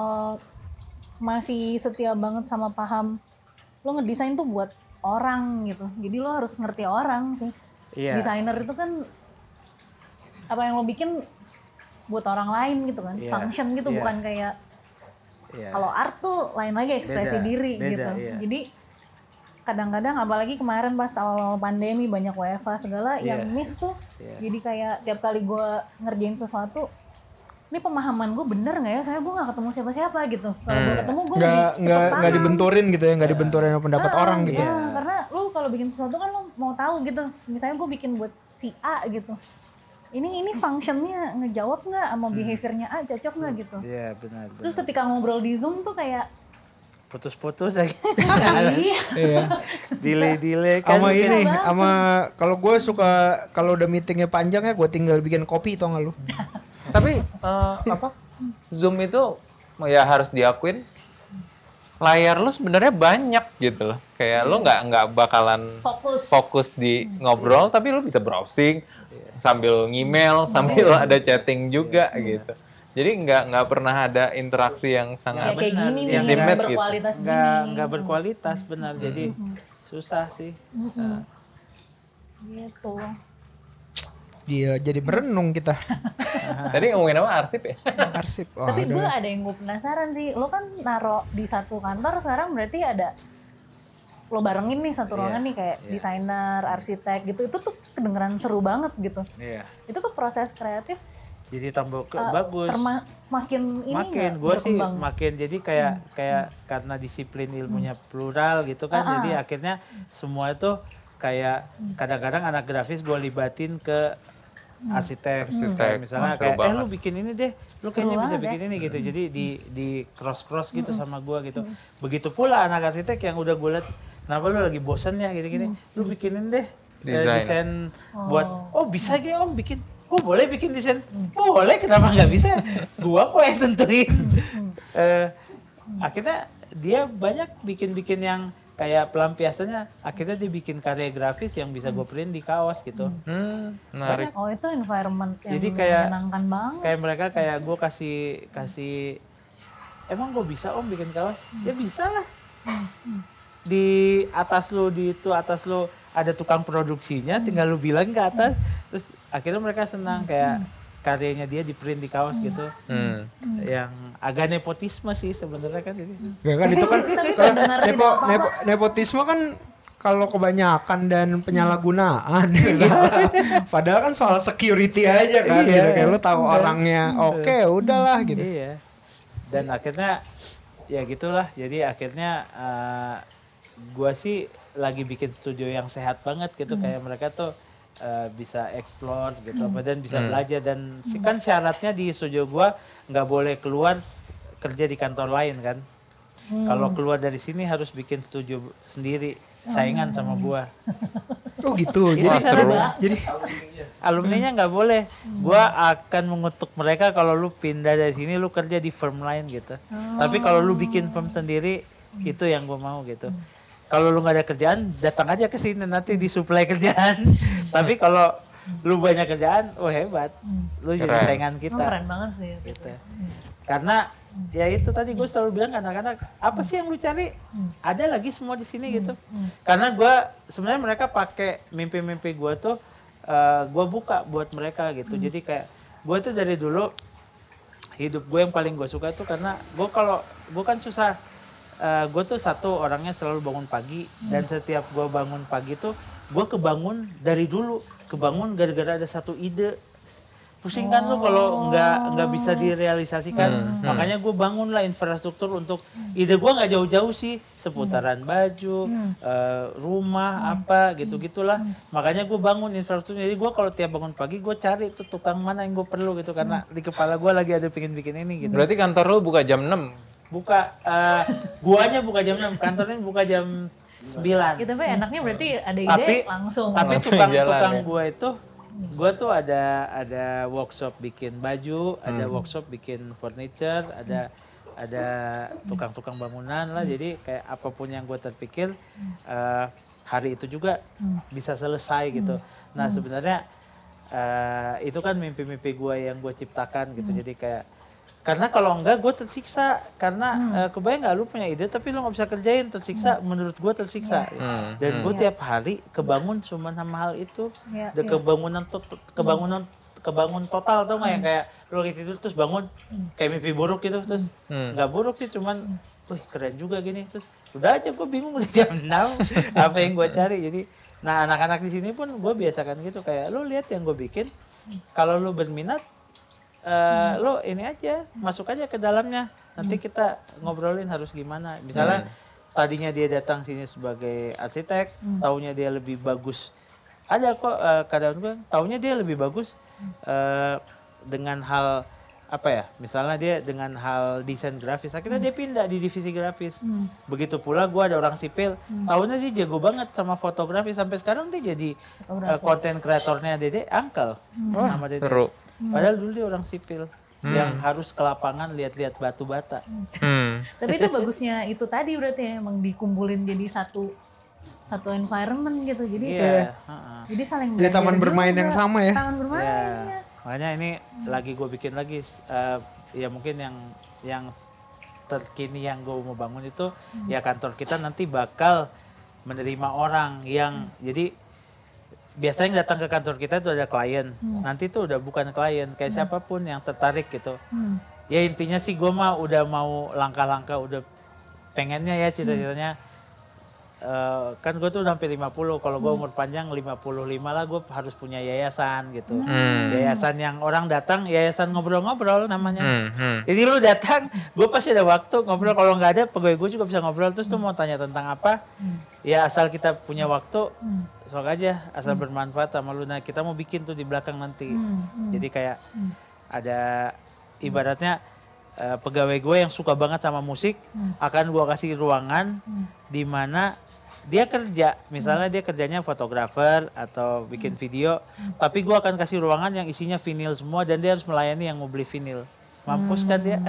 masih setia banget sama paham lo ngedesain tuh buat orang gitu. Jadi lo harus ngerti orang sih. Iya. Desainer itu kan apa yang lo bikin buat orang lain gitu kan, function gitu, bukan kayak kalau art tuh lain lagi, ekspresi diri beda, gitu. iya. Jadi kadang-kadang apalagi kemarin pas awal pandemi banyak WFH segala yang miss tuh. Jadi kayak tiap kali gue ngerjain sesuatu, ini pemahaman gue bener nggak ya? Soalnya gue nggak ketemu siapa-siapa gitu. Kalau gue ketemu gue Nggak dibenturin gitu ya, nggak dibenturin sama pendapat orang gitu. Iya, karena lo kalau bikin sesuatu kan lo mau tahu gitu. Misalnya gue bikin buat si A gitu. Ini functionnya ngejawab nggak sama behaviornya A, cocok nggak gitu. Iya benar. Terus ketika ngobrol di Zoom tuh kayak Putus-putus lagi. Iya. Delay kan. Sama susah ini, banget. sama kalau gue suka kalau udah meetingnya panjang ya gue tinggal bikin kopi tau nggak lu? Tapi Zoom itu ya harus diakuin, layar lu sebenarnya banyak gitu loh. Kayak lu nggak bakalan fokus di ngobrol, tapi lu bisa browsing sambil ngemail, sambil ada chatting juga gitu. Jadi nggak pernah ada interaksi yang sangat kayak gini nih, intimate gitu. berkualitas gini. Nggak berkualitas benar. Jadi susah sih. Gitu. Dia jadi merenung kita. Tadi ngomongin apa, arsip ya? Arsip. Oh, Tapi gue ada yang gue penasaran sih. Lo kan naro di satu kantor sekarang berarti ada lo barengin nih satu ruangan nih kayak desainer, arsitek gitu. Itu tuh kedengeran seru banget gitu. Iya. Itu ke proses kreatif Jadi tambah bagus. makin ini Makin nggak gue sih berkembang? makin jadi kayak karena disiplin ilmunya plural gitu kan. Jadi akhirnya semua itu kayak kadang-kadang anak grafis gue libatin ke arsitek. Kayak misalnya seru kayak lu banget. bikin ini deh, lu kayaknya bisa bikin ini gitu. Jadi di cross gitu sama gue gitu. Begitu pula anak arsitek yang udah gue liat, kenapa lu lagi bosan ya gini-gini, lu bikinin deh desain buat bisa gitu om bikin. Boleh bikin desain? Boleh, kenapa nggak bisa? Gua kok yang tentuin. Akhirnya dia banyak bikin yang kayak pelampiasannya. Akhirnya dia bikin karya grafis yang bisa gue print di kaos gitu. Menarik. Oh itu environment yang Jadi kayak menyenangkan banget. Kayak mereka kayak gue kasih emang gue bisa om bikin kaos? Ya bisa lah. Di atas lo ada tukang produksinya, tinggal lu bilang ke atas, terus akhirnya mereka senang kayak karyanya dia di print di kaos gitu. Yang agak nepotisme sih sebenarnya kan ini. Ya kan itu kan nepotisme kan kalau kebanyakan dan penyalahgunaan. Padahal kan soal security aja kan. Gitu. Kayak lu tahu orangnya, oke, udahlah gitu. Iya. Dan akhirnya ya gitulah. Jadi akhirnya gua sih lagi bikin studio yang sehat banget gitu. Kayak mereka tuh bisa explore gitu dan bisa belajar dan kan syaratnya di studio gua nggak boleh keluar kerja di kantor lain kan. Kalau keluar dari sini harus bikin studio sendiri saingan sama gua. Oh gitu. Jadi seru. Jadi alumninya nggak boleh. Gua akan mengutuk mereka kalau lu pindah dari sini lu kerja di firm lain gitu. Tapi kalau lu bikin firm sendiri itu yang gua mau gitu. Kalau lu nggak ada kerjaan datang aja ke sini nanti disuplai kerjaan. Tapi kalau lu banyak kerjaan, hebat. Lu jadi saingan kita. Keren banget sih. Gitu. Karena ya itu tadi gue selalu bilang anak-anak apa sih yang lu cari ada lagi semua di sini gitu karena gue sebenarnya mereka pakai mimpi-mimpi gue tuh gue buka buat mereka gitu jadi kayak gue tuh dari dulu hidup gue yang paling gue suka tuh karena gue kan susah gue tuh satu orangnya selalu bangun pagi dan setiap gue bangun pagi tuh gue kebangun dari dulu kebangun gara-gara ada satu ide pusing kan lu kalau nggak bisa direalisasikan makanya gue bangun lah infrastruktur untuk ide gue nggak jauh-jauh sih seputaran baju rumah apa gitu-gitulah makanya gue bangun infrastruktur jadi gue kalau tiap bangun pagi gue cari tuh tukang mana yang gue perlu gitu karena di kepala gue lagi ada pengen bikin ini gitu. Berarti kantor lu buka jam 6? Buka guanya buka jam 6 kantornya buka jam 9. Gitu enaknya berarti ada ide langsung. Tapi tukang gue itu gue tuh ada workshop bikin baju, ada workshop bikin furniture, ada tukang-tukang bangunan lah. Jadi kayak apapun yang gue terpikir hari itu juga bisa selesai gitu. Nah sebenarnya itu kan mimpi-mimpi gue yang gue ciptakan gitu. Jadi kayak karena kalau enggak gue tersiksa karena kebayang nggak lu punya ide tapi lu nggak bisa kerjain tersiksa menurut gue tersiksa dan gue tiap hari kebangun cuma sama hal itu dan kebangun total atau nggak yang kayak lu tidur terus bangun kayak mimpi buruk gitu terus nggak buruk sih cuman wih keren juga gini terus udah aja gue bingung udah jam 6 apa yang gue cari jadi nah anak-anak di sini pun gue biasakan gitu kayak lu lihat yang gue bikin kalau lu berminat lo ini aja masuk aja ke dalamnya nanti kita ngobrolin harus gimana misalnya tadinya dia datang sini sebagai arsitek taunya dia lebih bagus ada kok kadang-kadang taunya dia lebih bagus dengan hal apa ya misalnya dia dengan hal desain grafis akhirnya dia pindah di divisi grafis begitu pula gue ada orang sipil taunya dia jago banget sama fotografi sampai sekarang dia jadi konten kreatornya Dede Uncle nama Dede padahal dulu dia orang sipil yang harus ke lapangan lihat-lihat batu bata. Tapi itu bagusnya itu tadi berarti ya, emang dikumpulin jadi satu environment gitu. Jadi jadi saling jadi taman bermain juga. yang sama ya. Taman bermain. Ya. Makanya ini lagi gue bikin lagi ya mungkin yang terkini yang gue mau bangun itu ya kantor kita nanti bakal menerima orang yang jadi biasanya yang datang ke kantor kita itu ada klien nanti tuh udah bukan klien kayak siapapun yang tertarik gitu ya intinya sih gue mah udah mau langkah-langkah udah pengennya ya cita-citanya kan gue tuh udah hampir 50 kalau gue umur panjang 55 lah gue harus punya yayasan gitu yayasan yang orang datang yayasan ngobrol-ngobrol namanya jadi lu datang gue pasti ada waktu ngobrol kalau nggak ada pegawai gue juga bisa ngobrol terus tuh mau tanya tentang apa ya asal kita punya waktu sok aja asal bermanfaat sama lu nah kita mau bikin tuh di belakang nanti jadi kayak ada ibaratnya pegawai gue yang suka banget sama musik akan gue kasih ruangan di mana dia kerja misalnya dia kerjanya fotografer atau bikin video tapi gue akan kasih ruangan yang isinya vinyl semua dan dia harus melayani yang mau beli vinyl mampus kan dia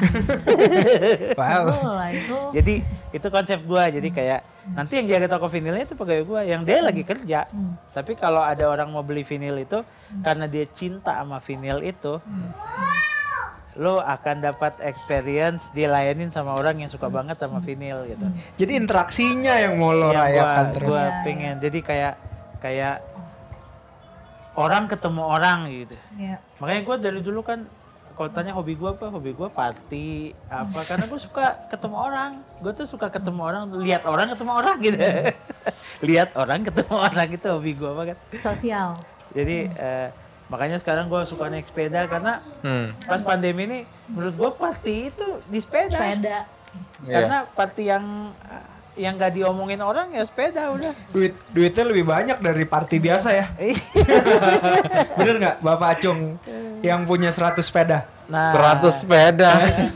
Wow. jadi itu konsep gue jadi kayak nanti yang jaga toko vinylnya itu pegawai gue yang dia lagi kerja tapi kalau ada orang mau beli vinyl itu karena dia cinta sama vinyl itu lo akan dapat experience dilayanin sama orang yang suka banget sama vinyl gitu. Jadi interaksinya yang mau lo rayakan terus. Gua pengen jadi kayak orang ketemu orang gitu. Makanya gue dari dulu kan kalau tanya hobi gue apa? Hobi gue party apa? Karena gue suka ketemu orang. Gue tuh suka ketemu orang, lihat orang ketemu orang gitu. Lihat orang ketemu orang gitu hobi gue banget. Sosial. Jadi makanya sekarang gue suka naik sepeda karena pas pandemi ini menurut gue party itu di sepeda. Karena party yang yang gak diomongin orang ya sepeda udah. Duitnya lebih banyak dari party biasa ya. Bener nggak Bapak Acung yang punya 100 sepeda? Nah, 100 sepeda.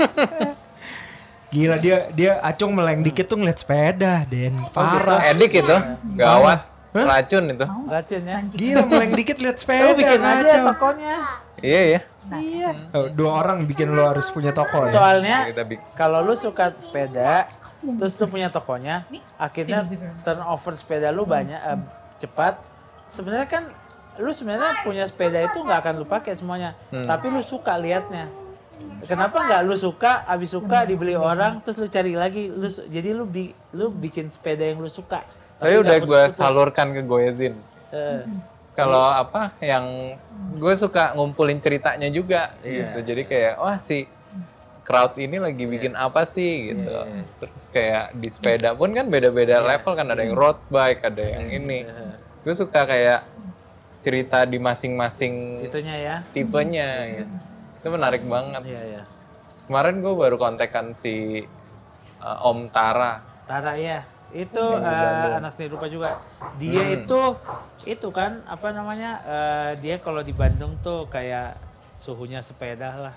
Gila dia Acung meleng dikit tuh ngeliat sepeda, Den. Parah. Edik itu, gawat. Racun itu. racunnya. Gila meleng dikit lihat sepeda. Lu bikin aja kacau. tokonya. Iya ya. Iya. Oh, 2 orang bikin lo harus punya toko ya. Soalnya Kita bikin. kalau lu suka sepeda, terus lu punya tokonya, akhirnya turnover sepeda lu banyak cepat. Sebenarnya kan lu sebenarnya punya sepeda itu nggak akan lu pakai semuanya, tapi lu suka liatnya. Kenapa nggak lu suka, abis suka dibeli orang, terus lu cari lagi, jadi lu bikin sepeda yang lu suka. Tapi udah nggak gue putus-putus. salurkan ke Goezin. Kalau apa yang gue suka ngumpulin ceritanya juga gitu. Jadi kayak wah si crowd ini lagi bikin apa sih gitu. Terus kayak di sepeda pun kan beda-beda level kan, ada yang road bike, ada yang ini. Gue suka kayak cerita di masing-masing Itunya ya. tipenya gitu. Itu menarik banget. Iya ya. Kemarin gue baru kontekan si Om Tara. Tara ya. Itu anak seni rupa juga. Dia itu kan apa namanya? Dia kalau di Bandung tuh kayak suhunya sepeda lah.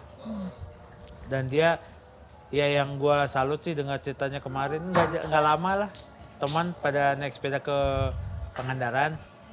Dan dia ya yang gua salut sih dengar ceritanya kemarin nggak lama lah. Teman pada naik sepeda ke Pangandaran.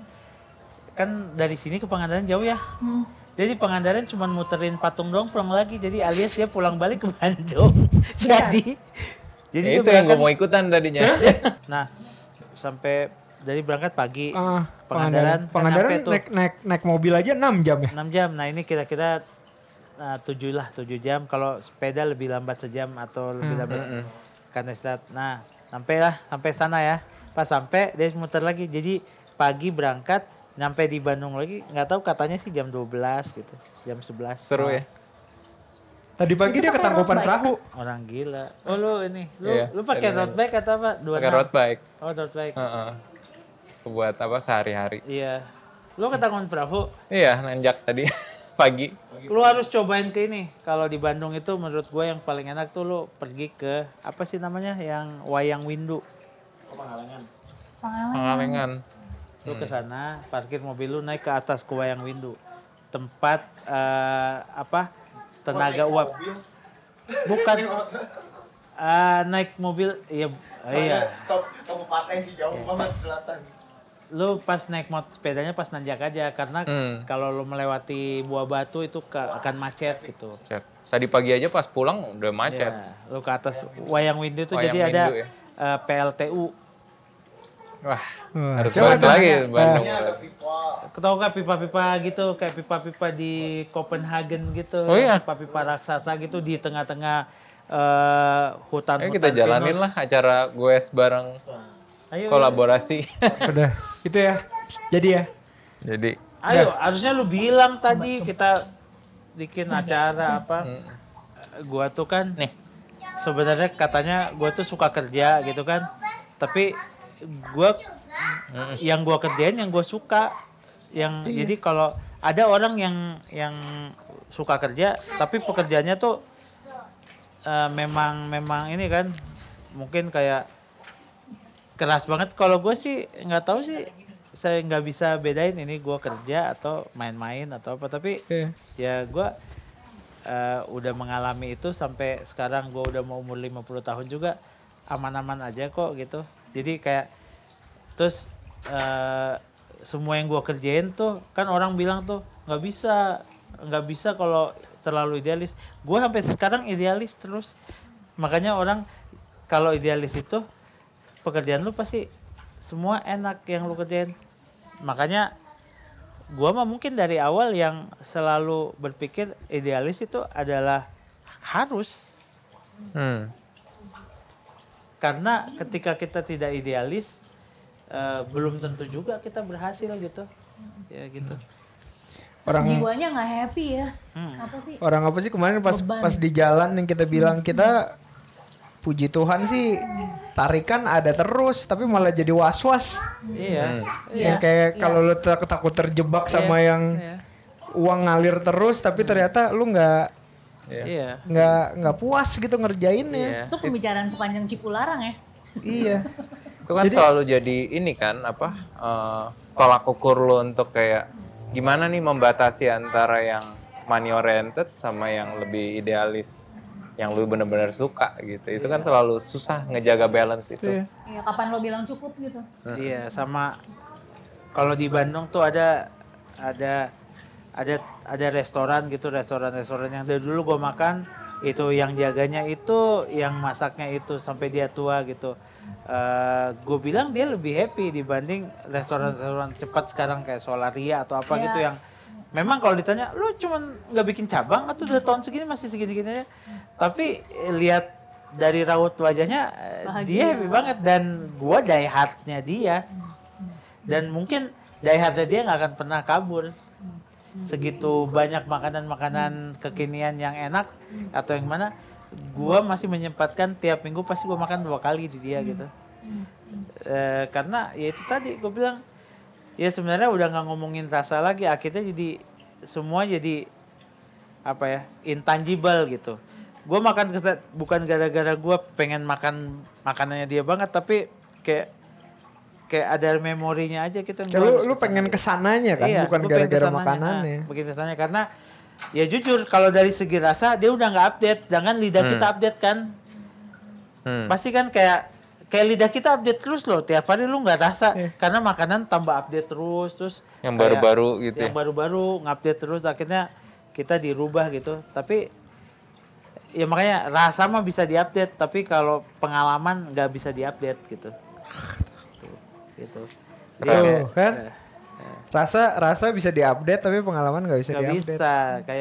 Kan dari sini ke Pangandaran jauh ya. Jadi Pangandaran cuma muterin patung doang pulang lagi. Jadi alias dia pulang balik ke Bandung. Jadi Ya, itu yang gue mau ikutan tadinya. Nah, sampai dari berangkat pagi Pangandaran kan nyampe tuh naik mobil aja 6 jam ya. 6 jam. Nah, ini kira-kira 7 jam. Kalau sepeda lebih lambat sejam atau lebih lambat karena istirahat. Nah, sampai sana ya. Pas sampai dia muter lagi. Jadi pagi berangkat, nyampe di Bandung lagi. Nggak tahu katanya sih jam 12 gitu, jam 11. Seru ya. Tadi pagi dia ketangkupan perahu. Orang gila. Oh lu ini, Iya, lu pakai road bike atau apa? Pakai road bike. Oh road bike. Heeh. Buat apa sehari-hari. Iya. Lu ketangkupan perahu. Iya, nanjak tadi pagi. Lu harus cobain ke ini. Kalau di Bandung itu menurut gue yang paling enak tuh lu pergi ke apa sih namanya yang Wayang Windu. Pangalengan. Lu ke sana, parkir mobil lu naik ke atas ke Wayang Windu. Tempat apa? Tenaga uap. Bukan naik mobil iya. Kabupaten sih jauh banget selatan. Lu pas naik sepedanya pas nanjak aja karena kalau lu melewati Buah Batu itu akan macet gitu. Macet. Tadi pagi aja pas pulang udah macet. Ya, lu ke atas Wayang Windu itu Wayang jadi Windu, ada ya. PLTU. Wah, Wah, harus coba balik lagi ke Bandung. Ini ada pipa. Tahu nggak pipa-pipa gitu kayak pipa-pipa di Copenhagen gitu. Oh iya? Pipa-pipa raksasa gitu di tengah-tengah hutan. Ayo kita jalanin lah acara goes bareng Ayo, kolaborasi. Udah, itu ya. Jadi ya. Jadi ayo, harusnya lu bilang tadi kita bikin acara apa. Gua tuh kan nih, sebenarnya katanya gua tuh suka kerja gitu kan. Tapi yang gua kerjain yang gua suka. Jadi kalau ada orang yang suka kerja tapi pekerjaannya tuh memang ini kan mungkin kayak keras banget. Kalau gue sih nggak tahu sih, saya nggak bisa bedain ini gue kerja atau main-main atau apa. Tapi ya gue udah mengalami itu sampai sekarang. Gue udah mau umur 50 tahun juga aman-aman aja kok gitu. Jadi kayak terus semua yang gue kerjain tuh kan orang bilang tuh nggak bisa kalau terlalu idealis. Gue sampai sekarang idealis terus. Makanya orang kalau idealis itu pekerjaan lu pasti semua enak yang lu kerjain. Makanya gue mah mungkin dari awal yang selalu berpikir idealis itu adalah harus. Karena ketika kita tidak idealis belum tentu juga kita berhasil gitu. Ya gitu. Terus jiwanya nggak happy ya. Apa sih? Orang apa sih kemarin pas di jalan yang kita bilang kita puji Tuhan sih tarikan ada terus tapi malah jadi was-was. Iya. Yang kayak kalau lu takut terjebak sama yang uang ngalir terus tapi ternyata lu nggak puas gitu ngerjainnya. Itu pembicaraan sepanjang Cipularang ya. Iya. Itu kan selalu jadi ini kan tolak ukur lo untuk kayak gimana nih membatasi antara yang money oriented sama yang lebih idealis, yang lu bener-bener suka gitu. Itu kan selalu susah ngejaga balance itu. Iya, kapan lo bilang cukup gitu. Iya, sama kalau di Bandung tuh ada restoran gitu, restoran yang dari dulu gue makan itu, yang jaganya itu, yang masaknya itu sampai dia tua gitu. Gue bilang dia lebih happy dibanding restoran cepat sekarang kayak Solaria atau apa gitu, yang memang kalau ditanya lu cuman nggak bikin cabang atau udah tahun segini masih segini-gini aja, tapi lihat dari raut wajahnya dia happy banget, dan gue die hardnya dia, dan mungkin die hardnya dia nggak akan pernah kabur. Segitu banyak makanan-makanan kekinian yang enak atau yang mana, gue masih menyempatkan tiap minggu pasti gue makan 2 kali di dia gitu. Karena ya itu tadi gue bilang, ya sebenarnya udah nggak ngomongin rasa lagi, akhirnya jadi semua jadi apa ya, intangible gitu. Gue makan bukan gara-gara gue pengen makan makanannya dia banget, tapi kayak ada memorinya aja gitu. Kalau lu pengen kesananya kan, bukan gara-gara makanannya. Bikin kesananya, karena ya jujur kalau dari segi rasa dia udah nggak update. Jangan lidah kita update kan. Pasti kan kayak lidah kita update terus loh. Tiap hari lu nggak rasa karena makanan tambah update terus yang baru-baru gitu. Yang baru-baru ngupdate terus, akhirnya kita dirubah gitu. Tapi ya makanya rasa mah bisa diupdate, tapi kalau pengalaman nggak bisa diupdate gitu. Gitu. Tuh kan. Rasa bisa diupdate tapi pengalaman nggak bisa diupdate. Nggak bisa,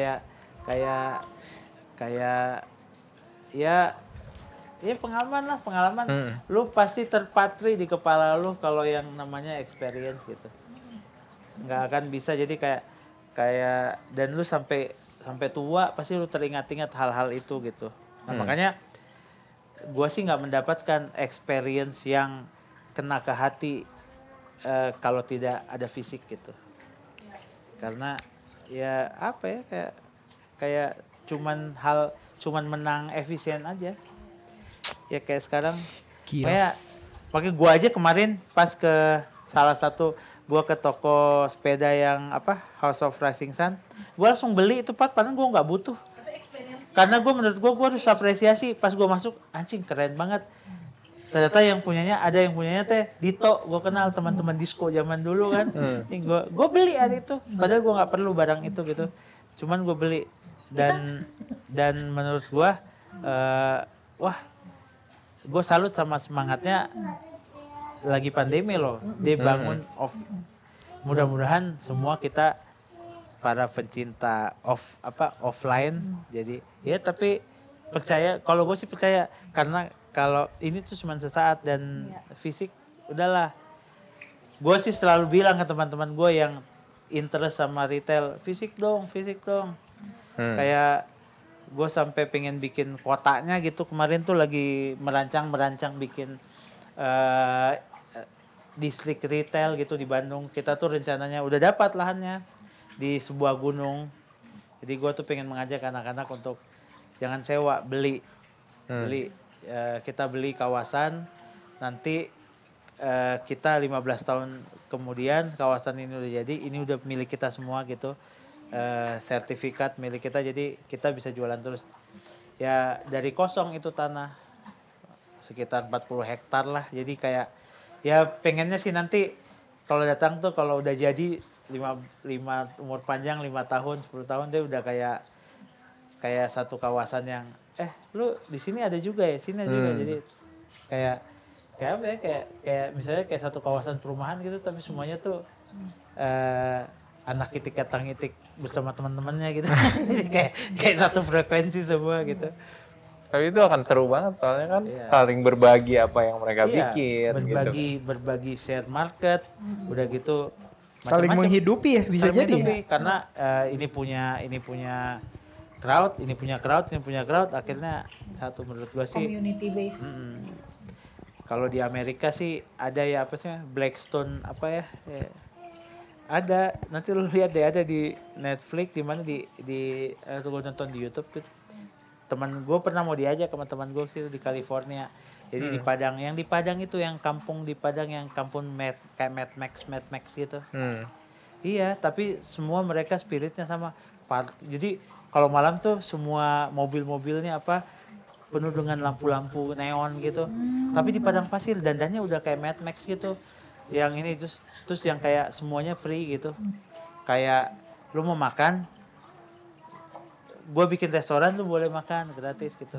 kayak ya pengalaman. Lu pasti terpatri di kepala lu kalau yang namanya experience gitu. Nggak akan bisa, jadi kayak dan lu sampai tua pasti lu teringat-ingat hal-hal itu gitu. Nah, makanya gua sih nggak mendapatkan experience yang kena ke hati kalau tidak ada fisik gitu. Karena ya apa ya, kayak cuman menang efisien aja. Ya kayak sekarang kayak pakai gua aja kemarin pas ke salah satu, gua ke toko sepeda yang House of Rising Sun, gua langsung beli itu padahal gua nggak butuh. Karena menurut gua harus apresiasi, pas gua masuk anjing keren banget. Ternyata ada yang punyanya teh Dito, gue kenal teman-teman disco zaman dulu kan. Gue beli hari itu, padahal gue nggak perlu barang itu gitu, cuman gue beli, dan menurut gue wah, gue salut sama semangatnya. Lagi pandemi loh dia bangun mudah-mudahan semua kita para pencinta offline jadi ya, tapi percaya, kalau gue sih percaya, karena kalau ini tuh cuma sesaat, dan fisik udahlah. Gue sih selalu bilang ke teman-teman gue yang interest sama retail, fisik dong. Kayak gue sampai pengen bikin kotanya gitu, kemarin tuh lagi merancang bikin distrik retail gitu di Bandung. Kita tuh rencananya udah dapat lahannya di sebuah gunung. Jadi gue tuh pengen mengajak anak-anak untuk jangan sewa, beli. Kita beli kawasan, nanti kita 15 tahun kemudian kawasan ini udah jadi, ini udah milik kita semua gitu, sertifikat milik kita, jadi kita bisa jualan terus. Ya dari kosong itu tanah sekitar 40 hektar lah, jadi kayak ya pengennya sih nanti kalau datang tuh, kalau udah jadi 5 umur panjang 5 tahun 10 tahun dia udah kayak satu kawasan yang lu di sini ada juga ya, sini juga, jadi kayak apa ya, kayak misalnya kayak satu kawasan perumahan gitu, tapi semuanya tuh anak itik katang itik bersama teman-temannya gitu. Jadi kayak satu frekuensi semua gitu. Tapi itu akan seru banget soalnya kan saling berbagi apa yang mereka bikin berbagi share market, udah gitu saling menghidupi ya, bisa jadi ya? Karena ini punya crowd, ini punya crowd, akhirnya satu, menurut gua sih community base. Kalau di Amerika sih ada ya Blackstone ada, nanti lu lihat deh, ada di Netflix, di mana di gua nonton di YouTube gitu. teman gue pernah mau diajak sama teman gue sih di California. Jadi di Padang, yang di Padang itu yang kampung di Padang yang kampung kayak Mad Max gitu. Iya, tapi semua mereka spiritnya sama. Jadi kalau malam tuh semua mobil-mobilnya penuh dengan lampu-lampu neon gitu. Tapi di padang pasir dandannya udah kayak Mad Max gitu. Yang ini terus yang kayak semuanya free gitu. Kayak lu mau makan, gue bikin restoran lu boleh makan gratis gitu.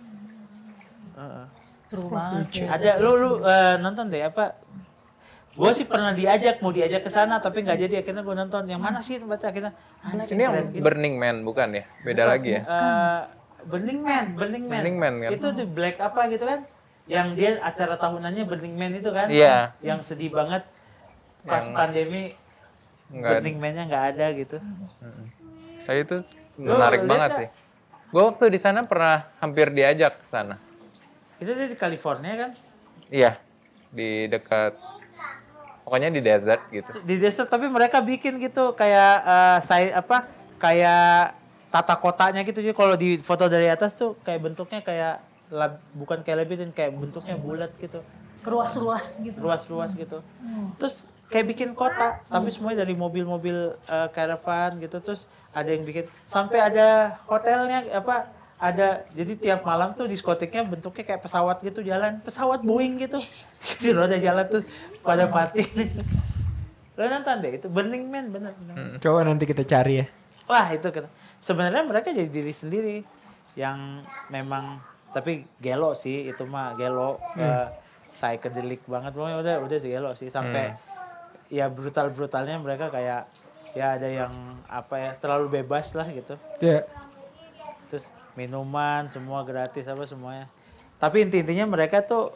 Seru banget. Ada lu nonton deh gue sih pernah mau diajak ke sana tapi nggak jadi, akhirnya gue nonton. Yang mana sih tempatnya akhirnya? Ini yang Burning Man bukan ya? Beda lagi ya? Burning Man kan? itu di Black gitu kan? Yang dia acara tahunannya Burning Man itu kan? Iya. Yang sedih banget pas pandemi Burning Man-nya nggak ada gitu. Tapi itu menarik banget sih. Gue waktu di sana pernah hampir diajak ke sana. Itu di California kan? Iya, di dekat, pokoknya di desert gitu. Di desert, tapi mereka bikin gitu kayak kayak tata kotanya gitu. Jadi kalau di foto dari atas tuh kayak bentuknya kayak bukan kayak labirin, kayak bentuknya bulat gitu. Ruas-ruas gitu. Ruas-ruas gitu. Terus kayak bikin kota, tapi semuanya dari mobil-mobil caravan gitu. Terus ada yang bikin sampai ada hotelnya ada, jadi tiap malam tuh diskotiknya bentuknya kayak pesawat gitu jalan, pesawat Boeing gitu. Jadi roda jalan tuh pada party. Lo nonton deh itu Burning Man bener. Coba nanti kita cari ya. Wah itu kan sebenarnya mereka jadi diri sendiri yang memang, tapi gelo sih itu mah gelo, psychedelic banget, udah sih gelo sih sampai ya brutalnya mereka kayak ya ada yang terlalu bebas lah gitu. Ya. Terus minuman semua gratis semuanya. Tapi intinya mereka tuh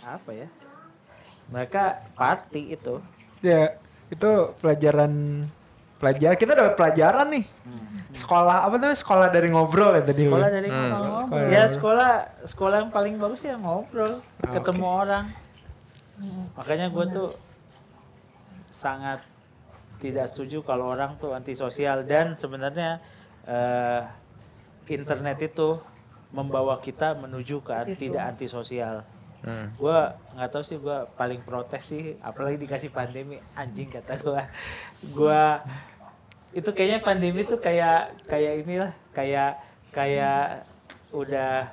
mereka party itu. Ya, itu pelajaran kita dapat pelajaran nih. Sekolah sekolah dari ngobrol ya tadi. Sekolah dari ngobrol. Ya sekolah yang paling bagus ya ngobrol, ketemu orang. Makanya gue tuh sangat tidak setuju kalau orang tuh antisosial, dan sebenarnya internet itu membawa kita menuju ke tidak antisosial. Gue nggak tahu sih, gue paling protes sih, apalagi dikasih pandemi, anjing kata gue itu kayaknya pandemi tuh kayak inilah kayak udah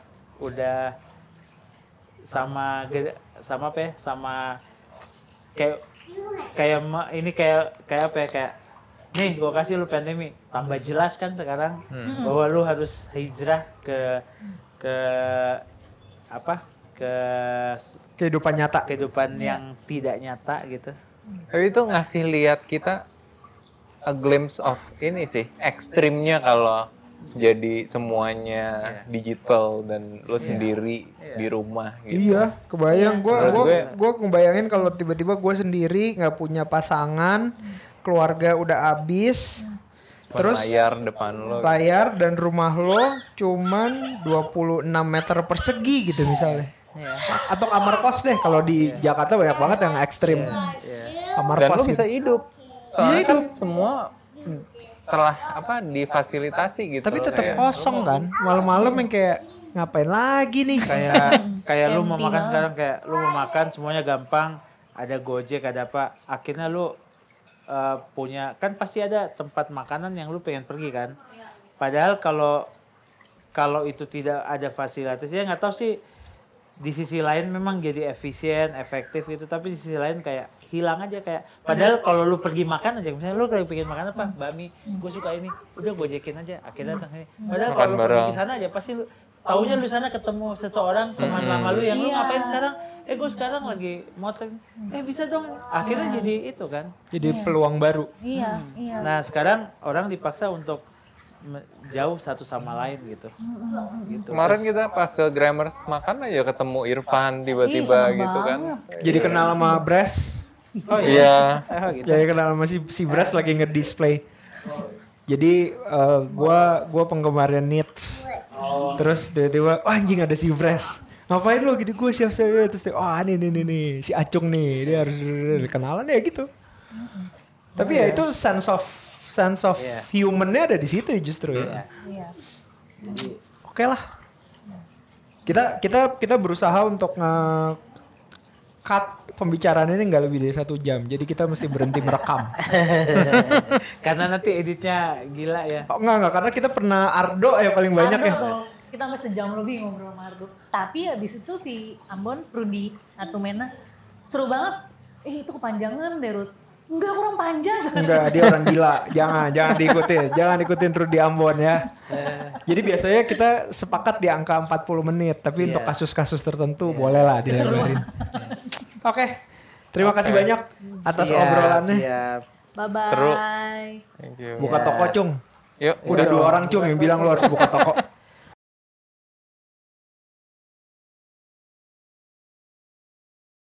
sama kayak nih gue kasih lu pandemi, tambah jelas kan sekarang bahwa lu harus hijrah ke kehidupan nyata, yang tidak nyata gitu. Tapi itu ngasih lihat kita a glimpse of ini sih, ekstrimnya kalau jadi semuanya digital dan lu sendiri di rumah gitu. Iya, kebayang gue ngebayangin kalau tiba-tiba gue sendiri nggak punya pasangan, keluarga udah abis, terus layar depan lo, layar dan rumah lo cuman 26 meter persegi gitu misalnya. Atau kamar kos deh, kalau di Jakarta banyak banget yang ekstrim. Kamar dan kos lo bisa hidup. Soalnya kan semua telah difasilitasi gitu. Tapi tetap kosong kan. Malam-malam yang kayak ngapain lagi nih? Kayak lu mau makan sekarang, kayak lu mau makan semuanya gampang, ada Gojek, ada apa. Akhirnya lu punya kan pasti ada tempat makanan yang lu pengen pergi kan. Padahal kalau itu tidak ada fasilitasnya, nggak tahu sih. Di sisi lain memang jadi efisien, efektif gitu, tapi di sisi lain kayak hilang aja kayak. Padahal kalau lu pergi makan aja, misalnya lu lagi pengen makan apa, bakmi, gue suka ini, udah gojekin aja, akhirnya datang sini. Padahal kalau lu pergi ke sana aja pasti lu taunya lu sana ketemu seseorang teman lama lu yang lu ngapain sekarang? Gue sekarang lagi motong. Bisa dong. Akhirnya jadi itu kan. Jadi peluang baru. Iya. Nah, sekarang orang dipaksa untuk jauh satu sama lain gitu. Kemarin kita pas ke Grammars makan aja ketemu Irfan tiba-tiba gitu kan. Jadi kenal sama Bres. Oh iya. Gitu. Jadi kenal sama si Bres lagi nge-display. Jadi gua penggemarnya Nits. Terus tiba-tiba anjing ada si Bres. Ngapain lo gitu, gue siap-siap terus nih si Acung nih, dia harus kenalan ya gitu. Tapi ya itu sense of human-nya ada di situ justru ya. Iya. Oke lah. Kita berusaha untuk cut pembicaraan ini nggak lebih dari 1 jam. Jadi kita mesti berhenti merekam. Karena nanti editnya gila ya. Oh, enggak, karena kita pernah Ardo ya paling banyak ya. Tuh, kita sampai sejam lebih ngobrol sama Ardo. Tapi habis itu si Ambon, Rudy, Atumena seru banget. Itu kepanjangan deh Ruth. Enggak, kurang panjang. Enggak, dia orang gila. Jangan diikutin. Jangan ikutin Rudy Ambon ya. Jadi biasanya kita sepakat di angka 40 menit. Tapi untuk kasus-kasus tertentu bolehlah dilebarin. Oke. Terima kasih banyak atas obrolannya. Siap. Bye-bye. Seru. Thank you. Buka toko, Cung. Yuk, Udah 2 orang, Cung, yang bilang lu harus buka toko.